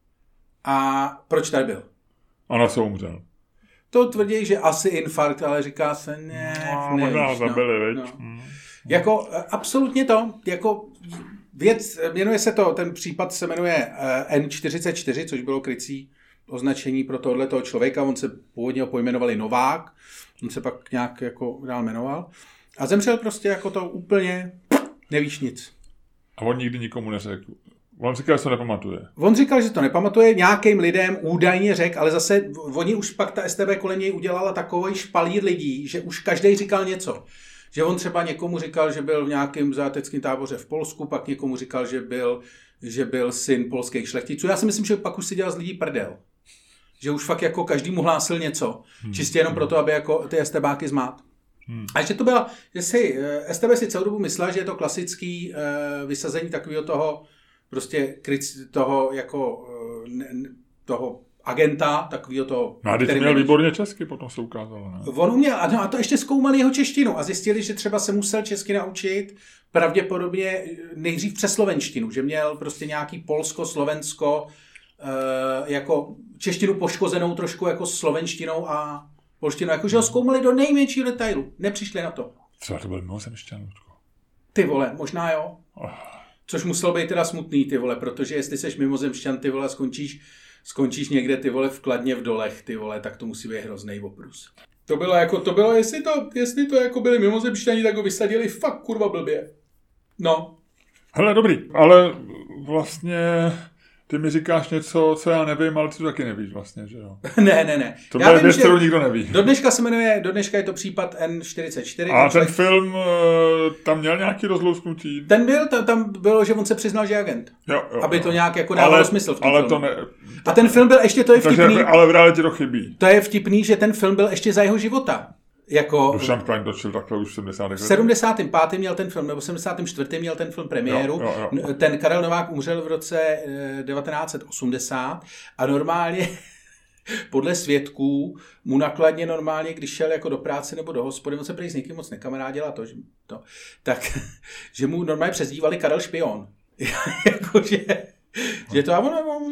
a proč tady byl. A na co umřel? To tvrdí, že asi infarkt, ale říká se, ne, no, nevíš. No, zabili, no. No. Jako absolutně to, jako věc, jmenuje se to, ten případ se jmenuje N čtyřicet čtyři, což bylo krycí označení pro tohletoho člověka, on se původně ho pojmenovali Novák, on se pak nějak jako dál jmenoval. A zemřel prostě jako to úplně, nevíš nic. A on nikdy nikomu neřekl. On říkal, že to nepamatuje. On říkal, že to nepamatuje, nějakým lidem údajně řekl, ale zase oni už pak ta S T B kolem něj udělala takový špalír lidí, že už každý říkal něco. Že on třeba někomu říkal, že byl v nějakém záteckém táboře v Polsku, pak někomu říkal, že byl, že byl syn polských šlechticů. Já si myslím, že pak už si dělal z lidí prdel. Že už fakt jako každému hlásil něco. Hmm. Čistě jenom proto, aby jako ty STBáky zmát. Hmm. A že to byla, že si S T B si celou dobu myslela, že je to klasický uh, vysazení takového toho, prostě kryc, toho jako ne, toho agenta, takového toho... No a teď měl výborně česky, potom se ukázalo, ne? On uměl, a, no, a to ještě zkoumali jeho češtinu a zjistili, že třeba se musel česky naučit pravděpodobně nejdřív přes slovenštinu, že měl prostě nějaký polsko, slovensko, uh, jako češtinu poškozenou trošku jako slovenštinou a polštinu, jakože ho zkoumali do nejmenšího detailu. Nepřišli na to. Co to byl mimozemšťan? Ty vole, možná jo. Což muselo být teda smutný, ty vole, protože jestli seš mimozemšťan, ty vole, skončíš, skončíš někde, ty vole, v Kladně v dolech, ty vole, tak to musí být hrozný oprus. To bylo jako, to bylo, jestli to, jestli to jako byli mimozemšťani, tak ho vysadili fakt kurva blbě. No. Hele, dobrý, ale vlastně... Ty mi říkáš něco, co já nevím, ale ty to taky nevíš vlastně, že jo? ne, ne, ne. To je věc, kterou nikdo neví. Do dneška se jmenuje, do dneška je to případ N čtyřicet čtyři. A ten člověk... film, tam měl nějaký rozlousknutí? Ten byl, tam, tam bylo, že on se přiznal, že je agent. Jo, jo, aby jo. to nějak jako dávalo ale, smysl v tom ale filmu. To ne... A ten film byl ještě, to je vtipný. Takže, ale v realitě to chybí. To je vtipný, že ten film byl ještě za jeho života. Jako Dušan Klein točil takhle už v sedmdesátých letech. V sedmdesátém pátém měl ten film, nebo v sedmdesátém čtvrtém měl ten film premiéru. Jo, jo, jo. Ten Karel Novák umřel v roce devatenáct set osmdesát a normálně podle svědků mu nakladně normálně, když šel jako do práce nebo do hospody, on se prý s někým moc nekamarádil a to, že, to, tak, že mu normálně přezdívali Karel Špion. Jakože, že to já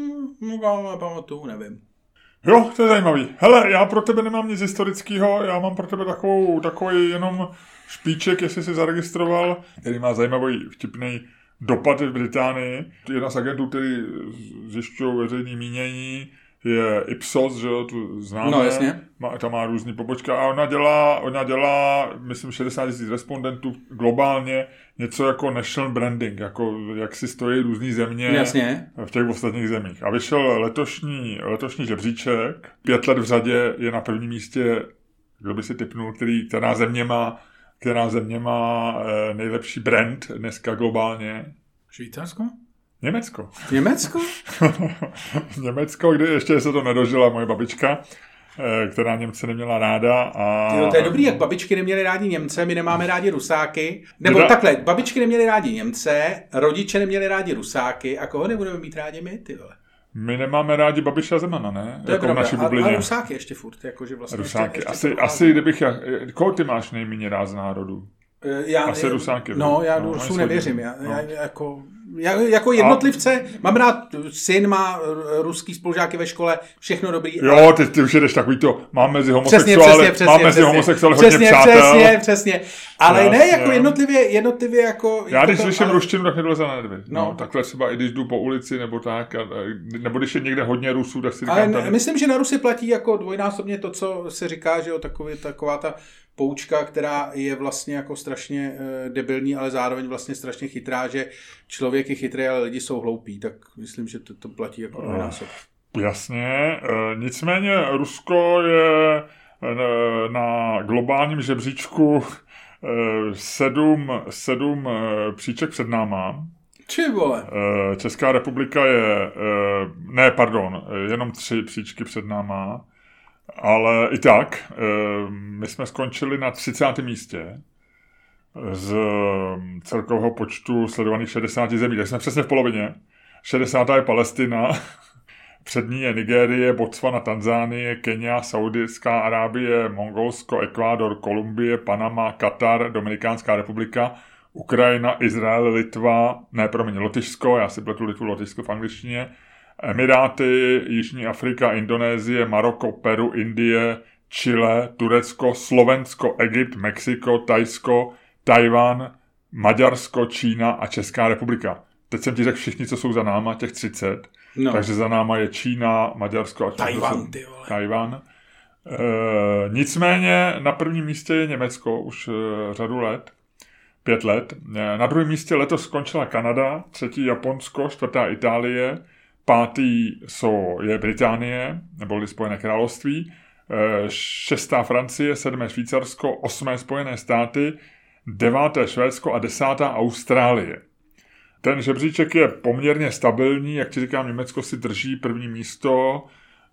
ono pamatuju, nevím. Jo, to je zajímavý. Hele, já pro tebe nemám nic historického, já mám pro tebe takovou, takový jenom špiček, jestli jsi zaregistroval, který má zajímavý, vtipný dopad v Británii. Jedna z agentů, který zjišťují veřejné mínění, je Ipsos, že jo, tu známe. No, jasně. Má, tam má různý pobočka a ona dělá, ona dělá, myslím, šedesát tisíc respondentů globálně, něco jako national branding, jako jak si stojí různý země jasně. v těch ostatních zemích. A vyšel letošní, letošní žebříček, pět let v řadě je na prvním místě, kdo by si tipnul, který, která země má, která země má eh, nejlepší brand dneska globálně. Švýcarsko? Německo. Německo? Německo, kde ještě se to nedožila moje babička, která Němce neměla ráda. A... Jo, to je dobrý, jak babičky neměly rádi Němce, my nemáme rádi Rusáky. Nebo Děda... takhle, babičky neměly rádi Němce, rodiče neměli rádi Rusáky a koho nebudeme mít rádi my, ty vole? My nemáme rádi Babiše a Zemana, ne? To je jako pravda, a, a Rusáky ještě furt, jakože vlastně. Rusáky, ještě, asi, ještě asi kdybych já, koho ty máš nejméně rád z národu? Já, Asi Rusáky. No, já no, Rusů nevěřím. Já, no. já, jako, já, jako jednotlivce, a... mám rád, syn má ruský spolužáky ve škole, všechno dobrý. Jo, ale... ty, ty už jdeš takový to, mám mezi homosexuály, přesně, přesně, mám mezi homosexuály hodně přesně, přátel. Přesně, přesně, ale jasně. Ne, jako jednotlivě, jednotlivě jako... Já když to, slyším ale... ruštinu, tak mě vyleze na nervy. No. No. Takhle třeba i když jdu po ulici, nebo tak, a, nebo když je někde hodně Rusů, tak si říkám... Ale tady... myslím, že na Rusy platí jako dvojnásobně to, co se říká, že jo, takový, taková ta poučka, která je vlastně jako strašně uh, debilní, ale zároveň vlastně strašně chytrá, že člověk je chytrý, ale lidi jsou hloupí, tak myslím, že to, to platí jako dvojnásob. Jasně, e, nicméně Rusko je e, na globálním žebříčku e, sedm, sedm e, příček před náma. Či vole. E, Česká republika je, e, ne, pardon, jenom tři příčky před náma. Ale i tak, my jsme skončili na třicátém místě z celkového počtu sledovaných šedesáti zemí. Tak jsme přesně v polovině. šedesátá je Palestina, před ní je Nigérie, Botswana, Tanzánie, Kenia, Saudická Arábie, Mongolsko, Ekvádor, Kolumbie, Panama, Katar, Dominikánská republika, Ukrajina, Izrael, Litva, ne, promiň, Lotyšsko, já si pletu Litvu, Lotyšsko v angličtině, Emiráty, Jižní Afrika, Indonésie, Maroko, Peru, Indie, Chile, Turecko, Slovensko, Egypt, Mexiko, Thajsko, Tajvan, Maďarsko, Čína a Česká republika. Teď jsem ti řekl všichni, co jsou za náma, těch třicet. No. Takže za náma je Čína, Maďarsko a Tajvan, ty vole. Tajvan. E, nicméně na prvním místě je Německo už e, řadu let. Pět let. E, na druhém místě letos skončila Kanada, třetí Japonsko, čtvrtá Itálie, pátý jsou, je Británie, neboli Spojené království, šestá Francie, sedmé Švýcarsko, osmé Spojené státy, deváté Švédsko a desátá Austrálie. Ten žebříček je poměrně stabilní, jak ti říkám, Německo si drží první místo,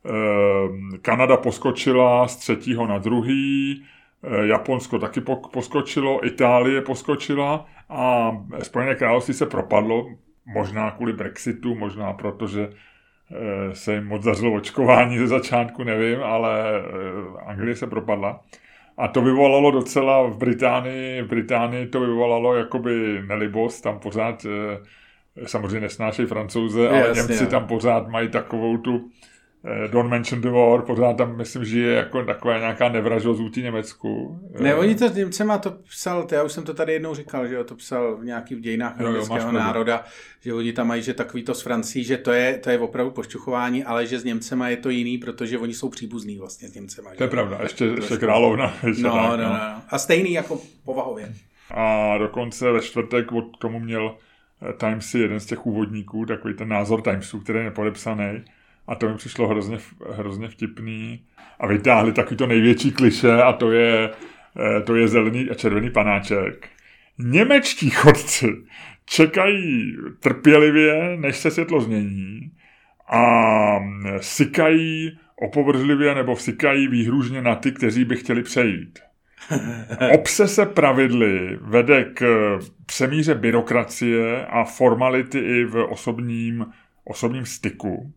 Kanada poskočila z třetího na druhý, Japonsko taky poskočilo, Itálie poskočila a Spojené království se propadlo, možná kvůli Brexitu, možná protože se jim moc dařilo očkování ze začátku, nevím, ale Anglie se propadla. A to vyvolalo docela v Británii, v Británii to vyvolalo jakoby nelibost, tam pořád samozřejmě nesnášejí Francouze, ale jasně, Němci tam pořád mají takovou tu don't mention the war, pořád tam, myslím, žije jako taková nějaká nevražost vůči Německu. Ne, oni to s Němcema to psal, já už jsem to tady jednou říkal, že jo, to psal v nějakých dějinách německého národa, že oni tam mají, že takový to s Francií, že to je, to je opravdu pošťuchování, ale že s Němcema je to jiný, protože oni jsou příbuzní vlastně s Němcema. To je pravda, ještě, ještě královna. Ještě no, tak, no, no, no. A stejný jako povahově. A dokonce ve čtvrtek od tomu měl Timesy jeden z těch úvodníků, takový ten názor Timesu, který je nepodepsaný. A to mi přišlo hrozně, hrozně vtipný. A vytáhli takový to největší klišé a to je, to je zelený a červený panáček. Němečtí chodci čekají trpělivě, než se světlo změní a sykají opovržlivě nebo vsykají výhružně na ty, kteří by chtěli přejít. Obsese pravidly vede k přemíře byrokracie a formality i v osobním, osobním styku.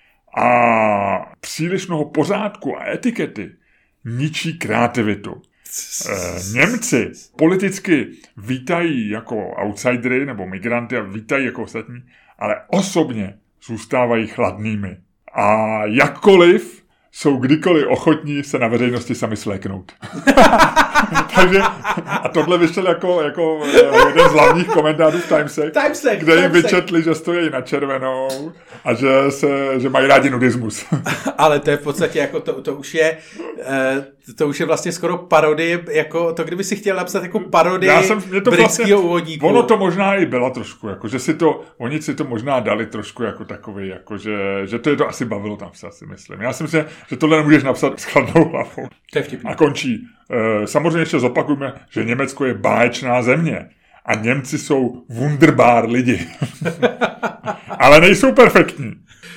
A příliš mnoho pořádku a etikety ničí kreativitu. Němci politicky vítají jako outsidery nebo migranty a vítají jako ostatní, ale osobně zůstávají chladnými. A jakkoliv jsou kdykoliv ochotní se na veřejnosti sami sléknout. Takže, a tohle vyšel jako, jako jeden z hlavních komentářů v Timesech, Timesek, kde jim Timesek. vyčetli, že stojí na červenou a že, se, že mají rádi nudismus. Ale to je v podstatě jako to, to už je to už je vlastně skoro parodie, jako to, kdyby si chtěl napsat jako parodie britského vlastně, úvodníku. Ono to možná i bylo trošku, jako, že si to, oni si to možná dali trošku jako takový, jako, že, že to je to asi bavilo tam se asi myslím. Já si myslím, že tohle nemůžeš napsat s chladnou hlavou. To je vtipný. A končí. Samozřejmě ještě zopakujeme, že Německo je báječná země a Němci jsou wunderbar lidi. Ale nejsou perfektní.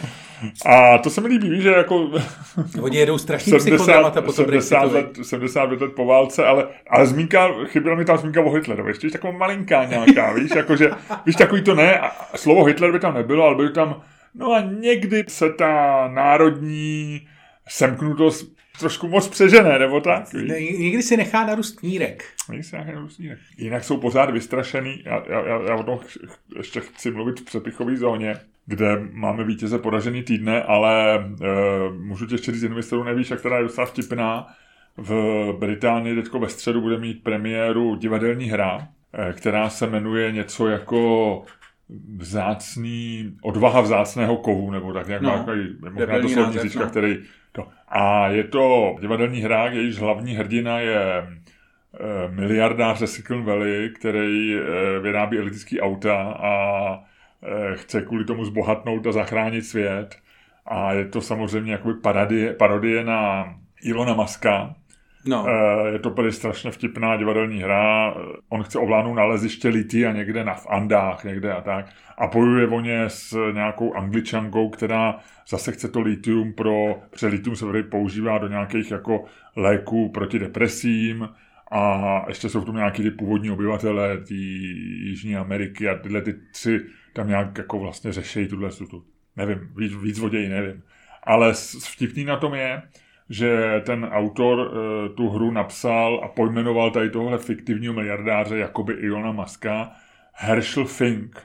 A to se mi líbí, víš, že jako oni jedou strašný psychodramata po tom Brexitovi. sedmdesát let po válce, ale, ale zmínka, chyběla mi tam zmínka o Hitlerovi, ještě taková malinká nějaká, víš, jakože, víš, takový to ne, a slovo Hitler by tam nebylo, ale by tam, no a někdy se ta národní semknutost trošku moc přežené, nebo tak. Ne, někdy si nechá narůst knírek. Někdy si nechá narůst knírek. Jinak jsou pořád vystrašený. Já, já, já o tom ještě chci mluvit v přepichové zóně, kde máme vítěze poražený týdne, ale e, můžu ti ještě říct jednu věc, kterou nevíš, a která je docela vtipná. V Británii teďko ve středu bude mít premiéru divadelní hra, e, která se jmenuje něco jako vzácný, odvaha vzácného kovu, nebo tak nějak no, takový, možná to slovní říčka, no. který to. A je to divadelní hra, jejíž hlavní hrdina je e, miliardář ze Silicon Valley, který e, vyrábí elektrický auta a e, chce kvůli tomu zbohatnout a zachránit svět. A je to samozřejmě jakoby parodie, parodie na Elona Muska. No. E, je to tady strašně vtipná divadelní hra. On chce ovládnout naleziště litia někde na v Andách někde a tak. A bojuje o ně s nějakou Angličankou, která zase chce to litium pro... Protože litium se tady používá do nějakých jako léků proti depresím a ještě jsou v tom nějaký ty původní obyvatele ty Jižní Ameriky a tyhle ty tři tam nějak jako vlastně řešejí tuhle tu. Nevím, víc, víc voději nevím. Ale vtipný na tom je, že ten autor e, tu hru napsal a pojmenoval tady tohle fiktivního miliardáře jakoby Elona Muska Herschel Fink.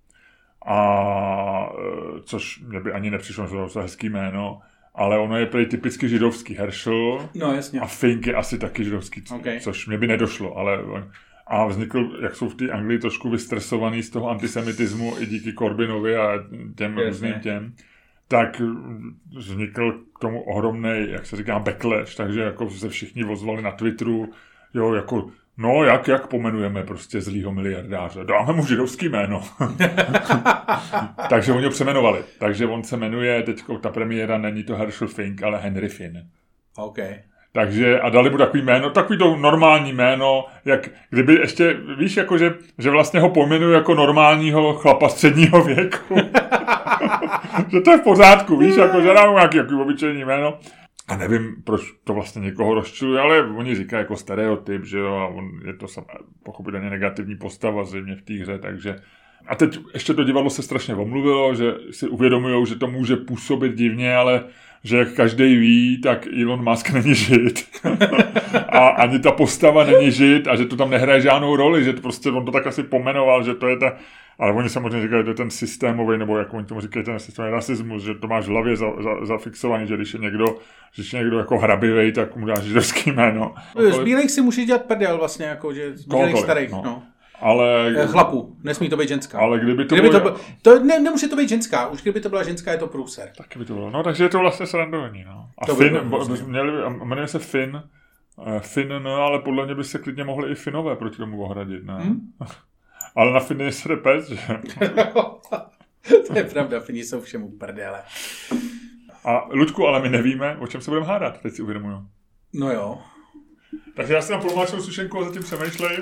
A e, což mě by ani nepřišlo, že to je hezký jméno, ale ono je prý typicky židovský Herschel. No, jasně. A Fink je asi taky židovský, okay. Což mě by nedošlo, ale... A vznikl, jak jsou v té Anglii trošku vystresovaný z toho antisemitismu i díky Corbynovi a těm různým těm, tak vznikl k tomu ohromnej, jak se říká, backlash, takže jako se všichni ozvali na Twitteru, jo, jako, no, jak, jak pomenujeme prostě zlýho miliardáře? Dáme mu židovský jméno. Takže oni ho přemenovali. Takže on se jmenuje, teďko ta premiéra není to Herschel Fink, ale Henry Finn. Okay. Takže a dali mu takový jméno, takový to normální jméno, jak kdyby ještě, víš, jako že, že vlastně ho pojmenují jako normálního chlapa středního věku. Že to je v pořádku, víš, jako že dám nějaký jaký obyčejný jméno. A nevím, proč to vlastně někoho rozčiluje, ale oni říkají jako stereotyp, že jo, a on je to pochopitelně negativní postava zřejmě v té hře, takže... A teď ještě to divadlo se strašně omluvilo, že si uvědomujou, že to může působit divně, ale že jak každý ví, tak Elon Musk není žid. A ani ta postava není žid a že to tam nehraje žádnou roli, že to prostě on to tak asi pomenoval, že to je ta... Ale oni samozřejmě říkají, že to je ten systémový, nebo jak oni tomu říkají, ten systémový rasismus, že to máš v hlavě za, za, zafixovaný, že když je někdo, když je někdo jako hrabivej, tak mu dáš židovský jméno. Z bílejch si můžeš dělat prdel vlastně, jako, že z bílejch starých, no. no. Ale... Chlapu, nesmí to být ženská. Ale kdyby to kdyby bylo... To, to ne, nemůže to být ženská, už kdyby to byla ženská, je to průser. Taky by to bylo, no takže je to vlastně srandování, no. A to Finn, bo, měli, jmenuje se Finn, Finn, no, ale podle mě by se klidně mohli i Finové proti tomu ohradit, ne? Hmm? Ale na Finny se repec, že? To je pravda, Finni jsou všemu prdele. A Luďku, ale my nevíme, o čem se budeme hádat, teď si uvědomuju. No jo. Takže já si tam promláčnou sušenku a zatím přemýšlej.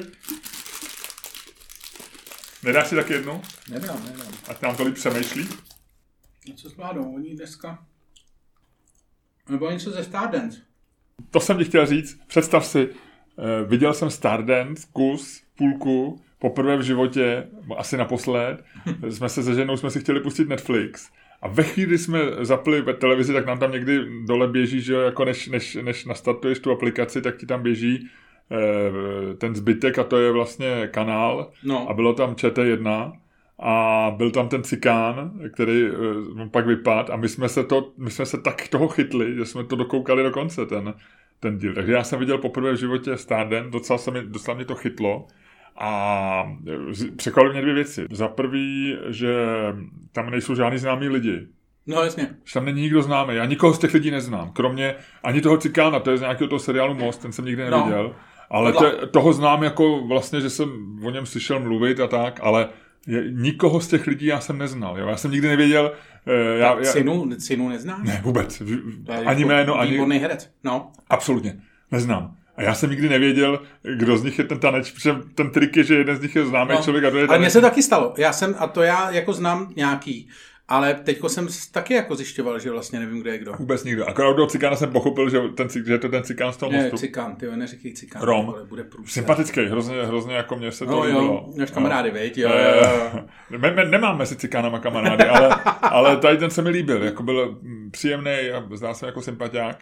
Nedáš si tak jednu? Nedám, nedám. Ať nám to líp přemýšlí. Něco zvládnou, oni dneska... Nebo něco ze Stardance. To jsem ti chtěl říct. Představ si, viděl jsem Stardance, kus, půlku, poprvé v životě, asi naposled. Jsme se se ženou, jsme si chtěli pustit Netflix. A ve chvíli jsme zapli ve televizi, tak nám tam někdy dole běží, že jako než, než, než nastartuješ tu aplikaci, tak ti tam běží ten zbytek a to je vlastně kanál no. A bylo tam Č T jedna a byl tam ten cikán, který pak vypadl a my jsme se, to, my jsme se tak toho chytli, že jsme to dokoukali do konce, ten, ten díl. Takže já jsem viděl poprvé v životě Stardance, docela, se mi, docela mě to chytlo a překvapily mě dvě věci. Za prvý, že tam nejsou žádný známí lidi. No jasně. Že tam není nikdo známý. Já nikoho z těch lidí neznám. Kromě ani toho cikána, to je z nějakého toho seriálu Most, ten jsem nikdy neviděl. No. Ale te, toho znám jako vlastně, že jsem o něm slyšel mluvit a tak, ale je, nikoho z těch lidí já jsem neznal. Jo? Já jsem nikdy nevěděl... Eh, já, já, Cinu, cinu neznáš? Ne, vůbec. Ani jméno, ani... Výborný herec, no. Absolutně, neznám. A já jsem nikdy nevěděl, kdo z nich je ten tanec, protože ten trik je, že jeden z nich je známý no. člověk a to je tanec. Ale mně se taky stalo. Já jsem, a to já jako znám nějaký, ale teďko jsem taky jako zjišťoval, že vlastně nevím, kdo je kdo. Vůbec nikdo. Akorát do cikána jsem pochopil, že, ten, že je to ten cikán z toho mostu. Ne, cikán, tyjo, neříkej cikán. Rom. Ale bude průser. Sympatický, hrozně, hrozně jako mě se to no, líbilo. Jo, máš kamarády, veď? Jo, jo, jo. Ne, ne, nemám mezi cikánama kamarády, ale, ale tady ten se mi líbil. Jako byl příjemný a zdá se jako sympatiák.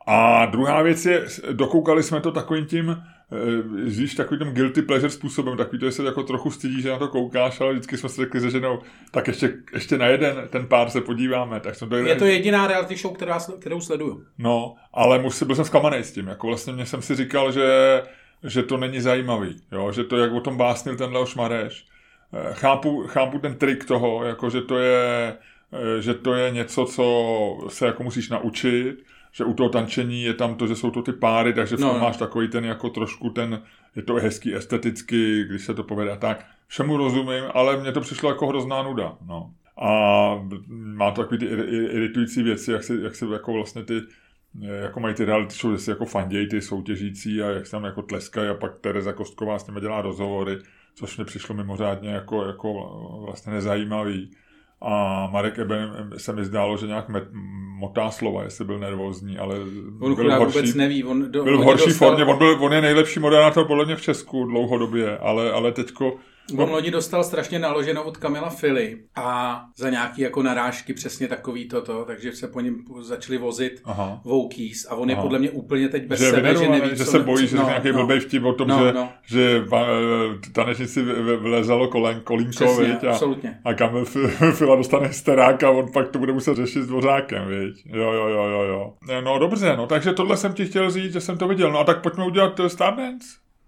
A druhá věc je, dokoukali jsme to takovým tím, víš, takovým tím guilty pleasure způsobem, takový to, že se jako trochu stydí, že na to koukáš, ale vždycky jsme si řekli se ženou, tak ještě, ještě na jeden ten pár se podíváme. Tak jsem to je to jediná reality show, která, kterou sleduju. No, ale musel, byl jsem zklamaný s tím, jako vlastně mě jsem si říkal, že, že to není zajímavý, jo? Že to, jak o tom básnil ten Leoš Mareš. Chápu, chápu ten trik toho, jako že to je, že to je něco, co se jako musíš naučit, že u toho tančení je tam to, že jsou to ty páry, takže no, máš takový ten jako trošku ten, je to hezký esteticky, když se to povede a tak. Všemu rozumím, ale mně to přišlo jako hrozná nuda, no. A má to takový ty iritující věci, jak se, jak se jako vlastně ty, jako mají ty reality show, že si jako fandějí ty soutěžící a jak se tam jako tleskají a pak Tereza Kostková s nimi dělá rozhovory, což mě přišlo mimořádně jako, jako vlastně nezajímavý. A Marek Eben se mi zdálo, že nějak met, motá slova, jestli byl nervózní, ale on byl horší, vůbec neví. On do, byl v horší dostal... formě, on, byl, on je nejlepší moderátor podle mě v Česku dlouhodobě, ale, ale teďko... On loni dostal strašně naloženo od Kamila Fili a za nějaký jako narážky přesně takový toto, takže se po něm začali vozit Wokis a on Aha. je podle mě úplně teď bez že sebe, že neví, že co... se bojí, že no, nějaký no, blbej vtip o tom, no, že, no. že tanečnici vlezalo kolen, kolínko, přesně, viď, a, absolutně. a Kamil Fila dostane hysterák a on pak to bude muset řešit s Dvořákem, viď. Jo, jo, jo, jo, jo. No dobře, no, takže tohle jsem ti chtěl říct, že jsem to viděl. No a tak pojďme udělat Stardance.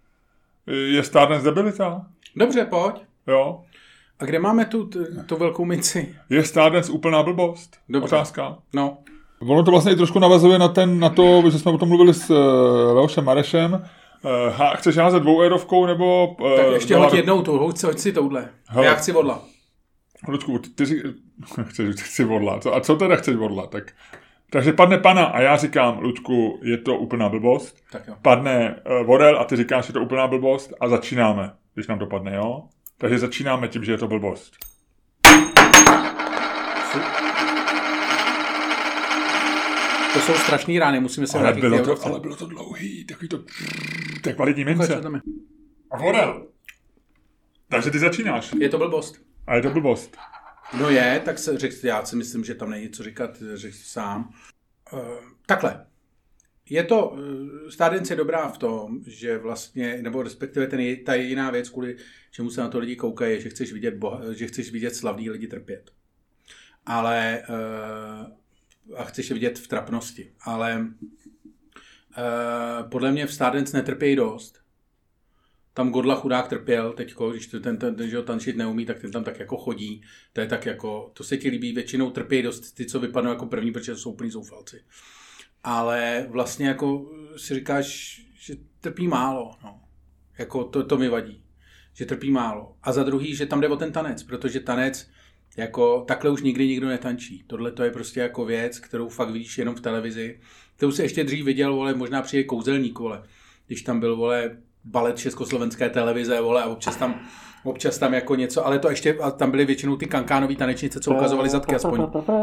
Je Stardance debilita? Dobře, pojď. Jo. A kde máme tu, tu, tu velkou minci? Je Stardance úplná blbost? Dobře. Otázka. No. Ono to vlastně i trošku navazuje na, ten, na to, že jsme o tom mluvili s uh, Leošem Marešem. Uh, ha, chceš házet dvouérovkou nebo... Uh, tak ještě hoď jednou tu, hoď, hoď si touhle. Hele. Já chci vodla. Luďku, ty, ty řík... chceš, chci vodla. Co, a co teda chceš vodla? Tak... Takže padne pana a já říkám, Luďku, je to úplná blbost. Tak jo. Padne uh, vodel a ty říkáš, je to úplná blbost a začínáme, když nám to padne, jo? Takže začínáme tím, že je to blbost. To jsou strašný rány, musíme se vrátit. Ale, ale bylo to dlouhý, takový to... To je kvalitní mince. A vodel. Takže ty začínáš. Je to blbost. A je to blbost. No je, tak se řek, já si myslím, že tam není co říkat, řek sám. Uh, takhle. Je to, uh, Stardance je dobrá v tom, že vlastně, nebo respektive ten, ta jediná věc, kvůli čemu se na to lidi koukají, je, že chceš vidět, boha, že chceš vidět slavný lidi trpět. Ale uh, a chceš je vidět v trapnosti. Ale uh, podle mě v Stardance netrpějí dost. Tam Godla chudák trpěl teďko, když to ten, ten, ten že ho tančit neumí, tak ten tam tak jako chodí. To je tak jako, to se ti líbí, většinou trpějí dost ty, co vypadnou jako první, protože jsou úplný zoufalci. Ale vlastně jako si říkáš, že trpí málo, no. Jako to, to mi vadí, že trpí málo. A za druhý, že tam jde o ten tanec, protože tanec jako takhle už nikdy nikdo netančí. Tohle to je prostě jako věc, kterou fakt vidíš jenom v televizi. To si ještě dřív viděl, vole, možná přijde Kouzelník, vole, když tam byl, vole, balet československé televize, vole, a občas tam, občas tam jako něco, ale to ještě, a tam byly většinou ty kankánové tanečnice, co ukazovaly zadky aspoň.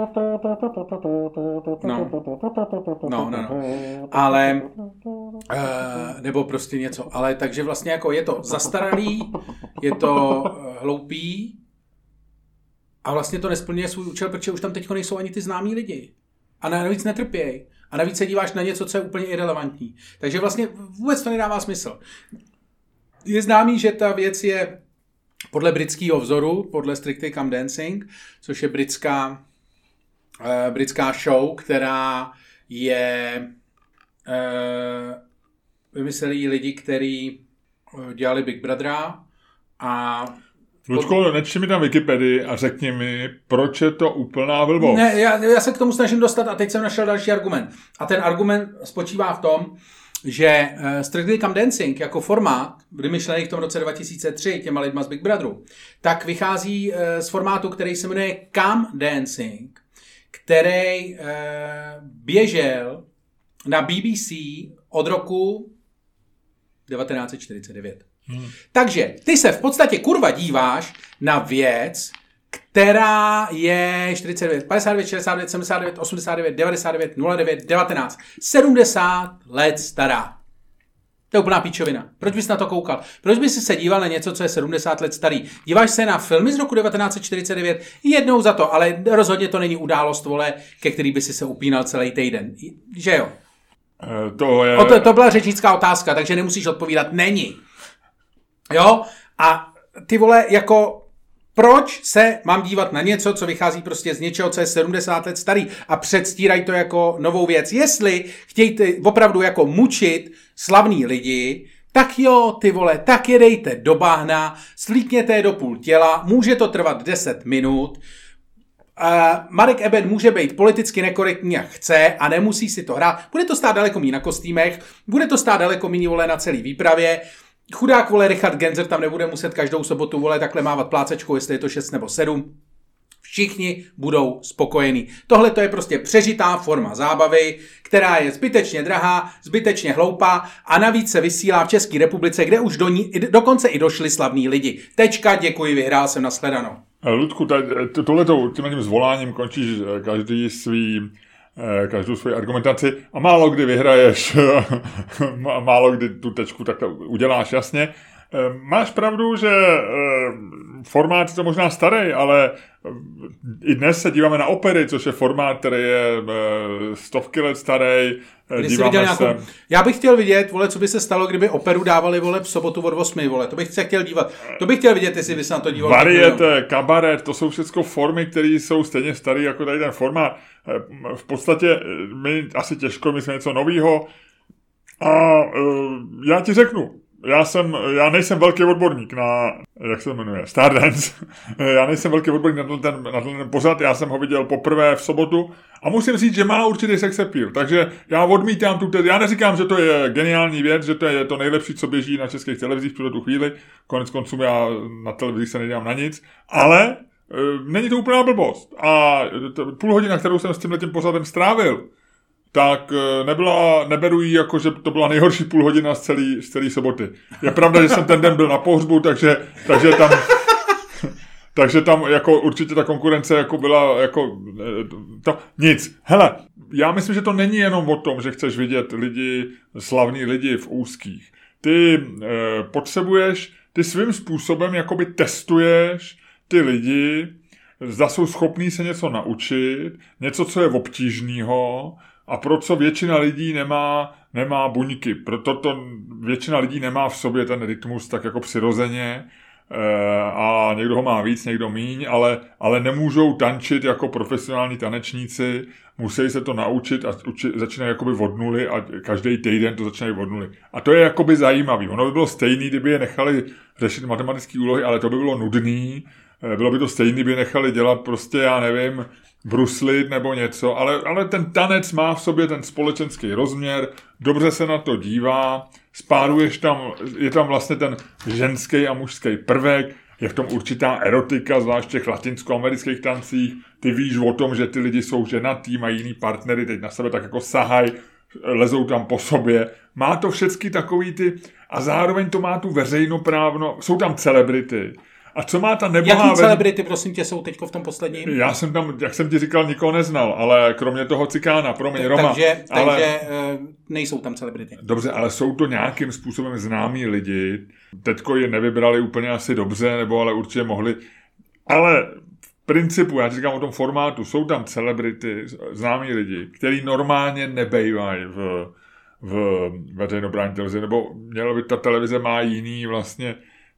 No, no, no, no. Ale, uh, nebo prostě něco, ale takže vlastně jako je to zastaralý, je to hloupý a vlastně to nesplňuje svůj účel, protože už tam teďko nejsou ani ty známí lidi. A navíc netrpěj. A navíc se díváš na něco, co je úplně irelevantní. Takže vlastně vůbec to nedává smysl. Je známý, že ta věc je podle britského vzoru, podle Strictly Come Dancing, což je britská, uh, britská show, která je uh, vymysleli lidi, kteří dělali Big Brothera a Lučko, nečti mi tam Wikipedii a řekni mi, proč je to úplná blbost. Ne, já, já se k tomu snažím dostat a teď jsem našel další argument. A ten argument spočívá v tom, že uh, Strictly Come Dancing jako formát, vymyšlený v tom roce dva tisíce tři těma lidma z Big Brotheru, tak vychází uh, z formátu, který se jmenuje Come Dancing, který uh, běžel na B B C od roku devatenáct set čtyřicet devět. Hmm. Takže ty se v podstatě kurva díváš na věc, která je čtyřicet devět, padesát devět, šedesát devět, sedmdesát devět, osmdesát devět, devadesát devět, nula devět, devatenáct, sedmdesát let stará. To je úplná píčovina. Proč bys na to koukal? Proč bys se díval na něco, co je sedmdesát let starý? Díváš se na filmy z roku devatenáct set čtyřicet devět? Jednou za to, ale rozhodně to není událost, vole, ke který by si se upínal celý týden. Že jo? To, je... o to, to byla řečnická otázka, takže nemusíš odpovídat. Není. Jo? A ty vole, jako proč se mám dívat na něco, co vychází prostě z něčeho, co je sedmdesát let starý a předstírají to jako novou věc. Jestli chtějte opravdu jako mučit slavný lidi, tak jo, ty vole, tak je dejte do bahna, slíkněte je do půl těla, může to trvat deset minut. Uh, Marek Eben může být politicky nekorektní, jak chce a nemusí si to hrát. Bude to stát daleko méně na kostýmech, bude to stát daleko méně, vole, na celý výpravě. Chudák, vole, Richard Genzer tam nebude muset každou sobotu, vole, takhle mávat plácečkou, jestli je to šest nebo sedm. Všichni budou spokojení. Tohle to je prostě přežitá forma zábavy, která je zbytečně drahá, zbytečně hloupá a navíc se vysílá v České republice, kde už do ní, dokonce i došli slavní lidi. Tečka, děkuji, vyhrál jsem, nashledanou. Ludku, tohleto, tím zvoláním končíš každý svý, každou svou argumentaci a málo kdy vyhraješ, málo kdy tu tečku takhle uděláš jasně. Máš pravdu, že formát je to možná starý, ale i dnes se díváme na opery, což je formát, který je stovky let starý. Díváme se... nějakou... Já bych chtěl vidět, vole, co by se stalo, kdyby operu dávali, vole, v sobotu od osmi, vole. To bych se chtěl dívat. To bych chtěl vidět, jestli by se na to díval. Variete, kabaret, to jsou všechno formy, které jsou stejně staré jako tady ten formát. V podstatě my asi těžko myslíme něco novýho. A já ti řeknu, Já, jsem, já nejsem velký odborník na, jak se jmenuje, Stardance. Já nejsem velký odborník na ten, na ten pořad, já jsem ho viděl poprvé v sobotu a musím říct, že má určitý sex appeal. Takže já odmítám tu, já neříkám, že to je geniální věc, že to je to nejlepší, co běží na českých televizích v tu chvíli. Konec konců já na televizích se nedívám na nic, ale e, není to úplná blbost. A to, půl hodina, kterou jsem s tímhletím pořadem strávil, tak nebyla, neberu jí jako, že to byla nejhorší půl hodina z celé z celý soboty. Je pravda, že jsem ten den byl na pohřbu, takže, takže tam takže tam jako určitě ta konkurence jako byla jako to, nic. Hele, já myslím, že to není jenom o tom, že chceš vidět lidi, slavní lidi v úzkých. Ty e, potřebuješ, ty svým způsobem jakoby testuješ ty lidi, zda jsou schopní se něco naučit, něco, co je obtížného, a pro co většina lidí nemá, nemá buňky. Proto to většina lidí nemá v sobě ten rytmus tak jako přirozeně a někdo ho má víc, někdo míň, ale, ale nemůžou tančit jako profesionální tanečníci, musí se to naučit a uči, začínají jakoby od nuly a každý týden to začínají od nuly. A to je jakoby zajímavý. Ono by bylo stejný, kdyby je nechali řešit matematické úlohy, ale to by bylo nudný. Bylo by to stejný, kdyby je nechali dělat prostě, já nevím, bruslit nebo něco, ale, ale ten tanec má v sobě ten společenský rozměr, dobře se na to dívá, spáruješ tam, je tam vlastně ten ženský a mužský prvek, je v tom určitá erotika, zvlášť v těch latinskoamerických tancích, ty víš o tom, že ty lidi jsou ženatý, mají jiný partnery, teď na sebe tak jako sahaj, lezou tam po sobě, má to všechny takový ty, a zároveň to má tu veřejnoprávno, jsou tam celebrity. A co má ta nebohá... Jaký celebrity, prosím tě, jsou teďko v tom posledním? Já jsem tam, jak jsem ti říkal, nikoho neznal, ale kromě toho Cikána, promiň, Roma. Takže, ale... takže nejsou tam celebrity. Dobře, ale jsou to nějakým způsobem známí lidi. Teďko je nevybrali úplně asi dobře, nebo ale určitě mohli. Ale v principu, já ti říkám o tom formátu, jsou tam celebrity, známí lidi, kteří normálně nebejvají v, v veřejnoprávní televizi, nebo mělo by ta televize má jiný vlastně...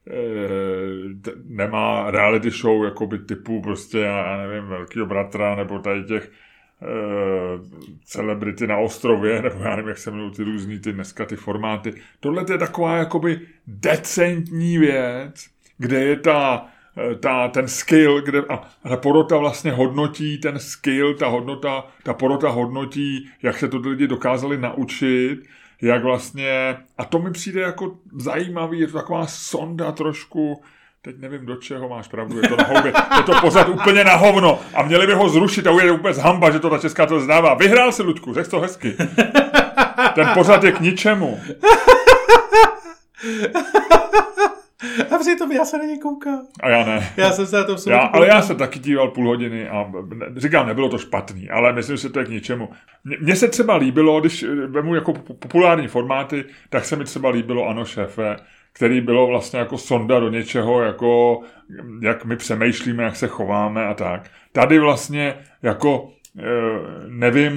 nemá reality show jakoby typu prostě, já nevím, Velkýho bratra nebo tady těch uh, celebrity na ostrově, nebo já nevím, jak se jmenují ty různý ty dneska ty formáty. Tohle je taková jakoby decentní věc, kde je ta, ta ten skill, kde a ta porota vlastně hodnotí ten skill, ta hodnota, ta porota hodnotí, jak se to lidi dokázali naučit, jak vlastně, a to mi přijde jako zajímavý, je to taková sonda trošku, teď nevím, do čeho máš pravdu, je to na houbě, je to pořád úplně na hovno a měli by ho zrušit a je úplně hamba, že to ta česká to zdává. Vyhrál si, Luďku, řekl to hezky. Ten pořád je k ničemu. A přitom já se na něj koukal. A já ne. Já jsem se na tom já, Ale já se taky díval půl hodiny a říkám, nebylo to špatný, ale myslím, že to je k ničemu. Mně se třeba líbilo, když vemu jako populární formáty, tak se mi třeba líbilo Ano šéfe, který bylo vlastně jako sonda do něčeho, jako jak my přemýšlíme, jak se chováme a tak. Tady vlastně jako nevím,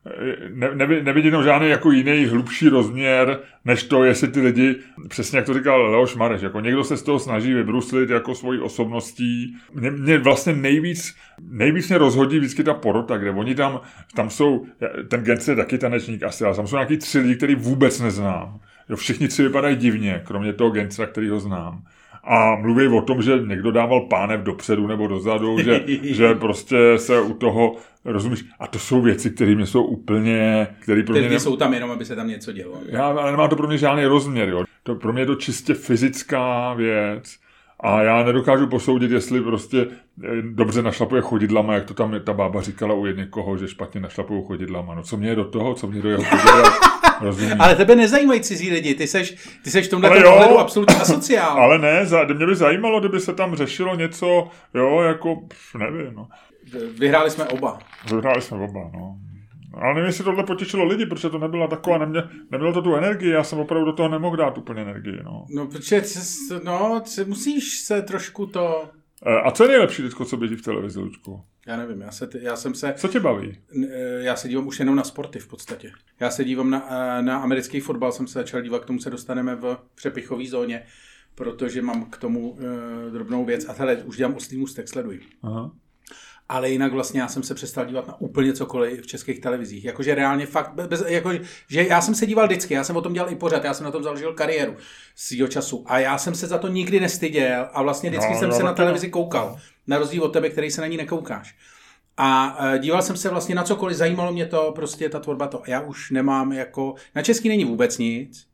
ne, ne, nevidím tam žádný jako jiný hlubší rozměr, než to, jestli ty lidi, přesně jak to říkal Leoš Mareš, jako někdo se z toho snaží vybruslit jako svojí osobností. Mě, mě vlastně nejvíc, nejvíc mě rozhodí vždycky ta porota, kde oni tam, tam jsou, ten Gens je taky tanečník asi, ale tam jsou nějaký tři lidi, který vůbec neznám. Jo, všichni tři vypadají divně, kromě toho Gensa, který ho znám. A mluví o tom, že někdo dával pánev dopředu nebo dozadu, že, že prostě se u toho, rozumíš, a to jsou věci, které mě jsou úplně, které pro mě... ne... jsou tam jenom, aby se tam něco dělo. Já, ale nemá to pro mě žádný rozměr, jo. To, pro mě je to čistě fyzická věc a já nedokážu posoudit, jestli prostě dobře našlapuje chodidlama, jak to tam ta bába říkala u někoho, že špatně našlapují chodidlama. No co mě je do toho, co mě do jeho chodidla... Rozumím. Ale tebe nezajímají cizí lidi, ty seš, ty seš v tomhle ohledu absolutně asociál. Ale ne, mě by zajímalo, kdyby se tam řešilo něco, jo, jako, pff, nevím, no. Vyhráli jsme oba. Vyhráli jsme oba, no. Ale nevím, jestli tohle potěšilo lidi, protože to nebyla taková, nemě, nemělo to tu energii, já jsem opravdu do toho nemohl dát úplně energii, no. No, protože, no, musíš se trošku to... A co je nejlepší teďko, co běží v televizi, Luďku? Já nevím, já, se, já jsem se... Co tě baví? Já se dívám už jenom na sporty v podstatě. Já se dívám na, na americký fotbal, jsem se začal dívat, k tomu se dostaneme v přepichové zóně, protože mám k tomu uh, drobnou věc. A hele, už dělám oslý můstek, sleduji. Aha. Ale jinak vlastně já jsem se přestal dívat na úplně cokoliv v českých televizích. Jakože reálně fakt, bez, jako, že já jsem se díval vždycky, já jsem o tom dělal i pořád, já jsem na tom založil kariéru svýho času a já jsem se za to nikdy nestyděl a vlastně vždycky no, jsem no, se no, na televizi koukal. Na rozdíl od tebe, který se na ní nekoukáš. A uh, díval jsem se vlastně na cokoliv, zajímalo mě to, prostě ta tvorba to. Já už nemám jako, na český není vůbec nic.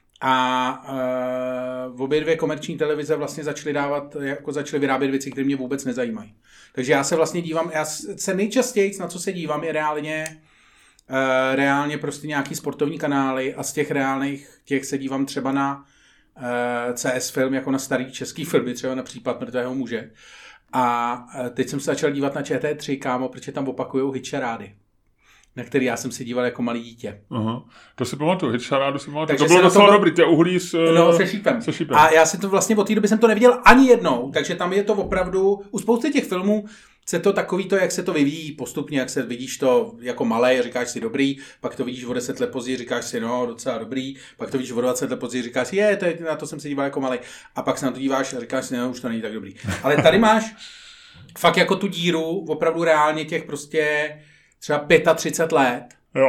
A uh, obě dvě komerční televize vlastně začaly dávat, jako začaly vyrábět věci, které mě vůbec nezajímají. Takže já se vlastně dívám, já se nejčastěji, na co se dívám, je reálně, uh, reálně prostě nějaký sportovní kanály a z těch reálných těch se dívám třeba na uh, C S film, jako na starý český filmy, třeba na Případ mrtvého muže. A uh, teď jsem se začal dívat na Č T tři, kámo, protože tam opakujou hitcharády, na který já jsem si díval jako malý dítě. Aha. To si pamatuju, hitcharádu si pamatuju. To bylo docela to... dobrý, to uhlí s, no, se, šípem. se šípem. A já si to vlastně od té doby jsem to neviděl ani jednou, takže tam je to opravdu, u spousty těch filmů se to takový to, jak se to vyvíjí postupně, jak se vidíš to jako malé, říkáš si dobrý, pak to vidíš o deset let později, říkáš si no, docela dobrý, pak to vidíš o dvacet let později, říkáš si je, to je, na to jsem se díval jako malý, a pak se na to díváš a říkáš si no, už to není tak dobrý. Ale tady máš fakt jako tu díru, opravdu reálně těch prostě třeba třicet pět let. Jo.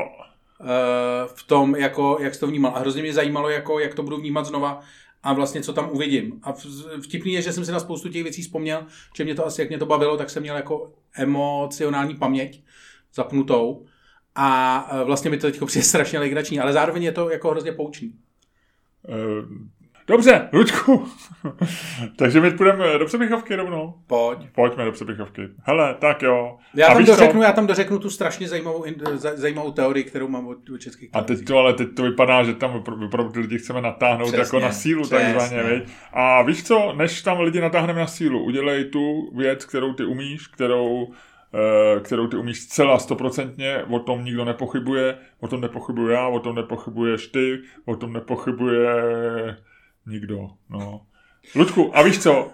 V tom, jako, jak jsi to vnímal. A hrozně mě zajímalo, jako, jak to budu vnímat znova a vlastně, co tam uvidím. A vtipný je, že jsem si na spoustu těch věcí vzpomněl, že mě to asi, jak mě to bavilo, tak jsem měl jako emocionální paměť zapnutou a vlastně mi to teď přijde strašně legrační, ale zároveň je to jako hrozně poučný. Uh... Dobře, Luďku. Takže my půjdeme do přepichovky rovnou. Pojď. Pojďme do přepichovky. Hele, tak jo. Já tam, dořeknu, já tam dořeknu tu strašně zajímavou, zajímavou teorii, kterou mám od českých televizí. A teď to, ale teď to vypadá, že tam opravdu ty lidi chceme natáhnout přesně, jako na sílu, přesně. takzvaně. A víš co, než tam lidi natáhneme na sílu, udělej tu věc, kterou ty umíš, kterou... kterou ty umíš zcela stoprocentně, o tom nikdo nepochybuje, o tom nepochybuju já, o tom nepochybuješ ty, o tom nepochybuje nikdo. No. Ludku, a víš co,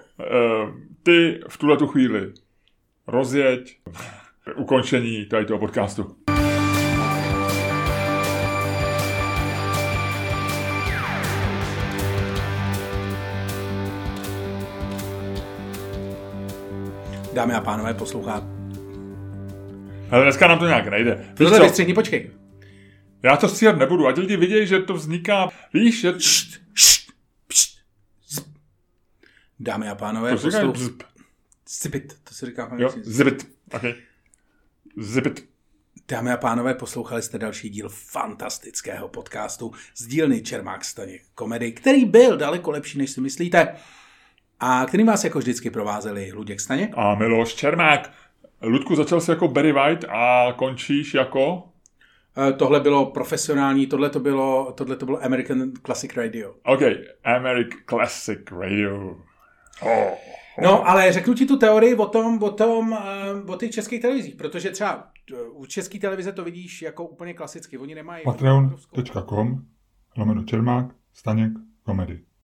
ty v tuhletu chvíli rozjeď ukončení tady toho podcastu. Dámy a pánové, poslouchá. Ale dneska nám to nějak nejde. Tohle vystřihni, počkej. Já to stříhat nebudu, ať lidi vidějí, že to vzniká. Víš, že... Št, št, št, Dámy a pánové, poslouchá. Zbyt, to se říká. Jo, zbyt, okay. Zbyt. Dámy a pánové, poslouchali jste další díl fantastického podcastu z dílny Čermák Staněk komedy, který byl daleko lepší, než si myslíte. A kterým vás jako vždycky provázeli Luděk Staněk a Miloš Čermák. Ludku, začal jsi jako Barry White a končíš jako? Tohle bylo profesionální, tohle to bylo, tohle to bylo American Classic Radio. OK, American Classic Radio. Oh. No, ale řeknu ti tu teorii o tom, o tom, o těch českých televizích, protože třeba u české televize to vidíš jako úplně klasicky. Oni nemají... patreon tečka com lomeno Čermák Staněk komedy.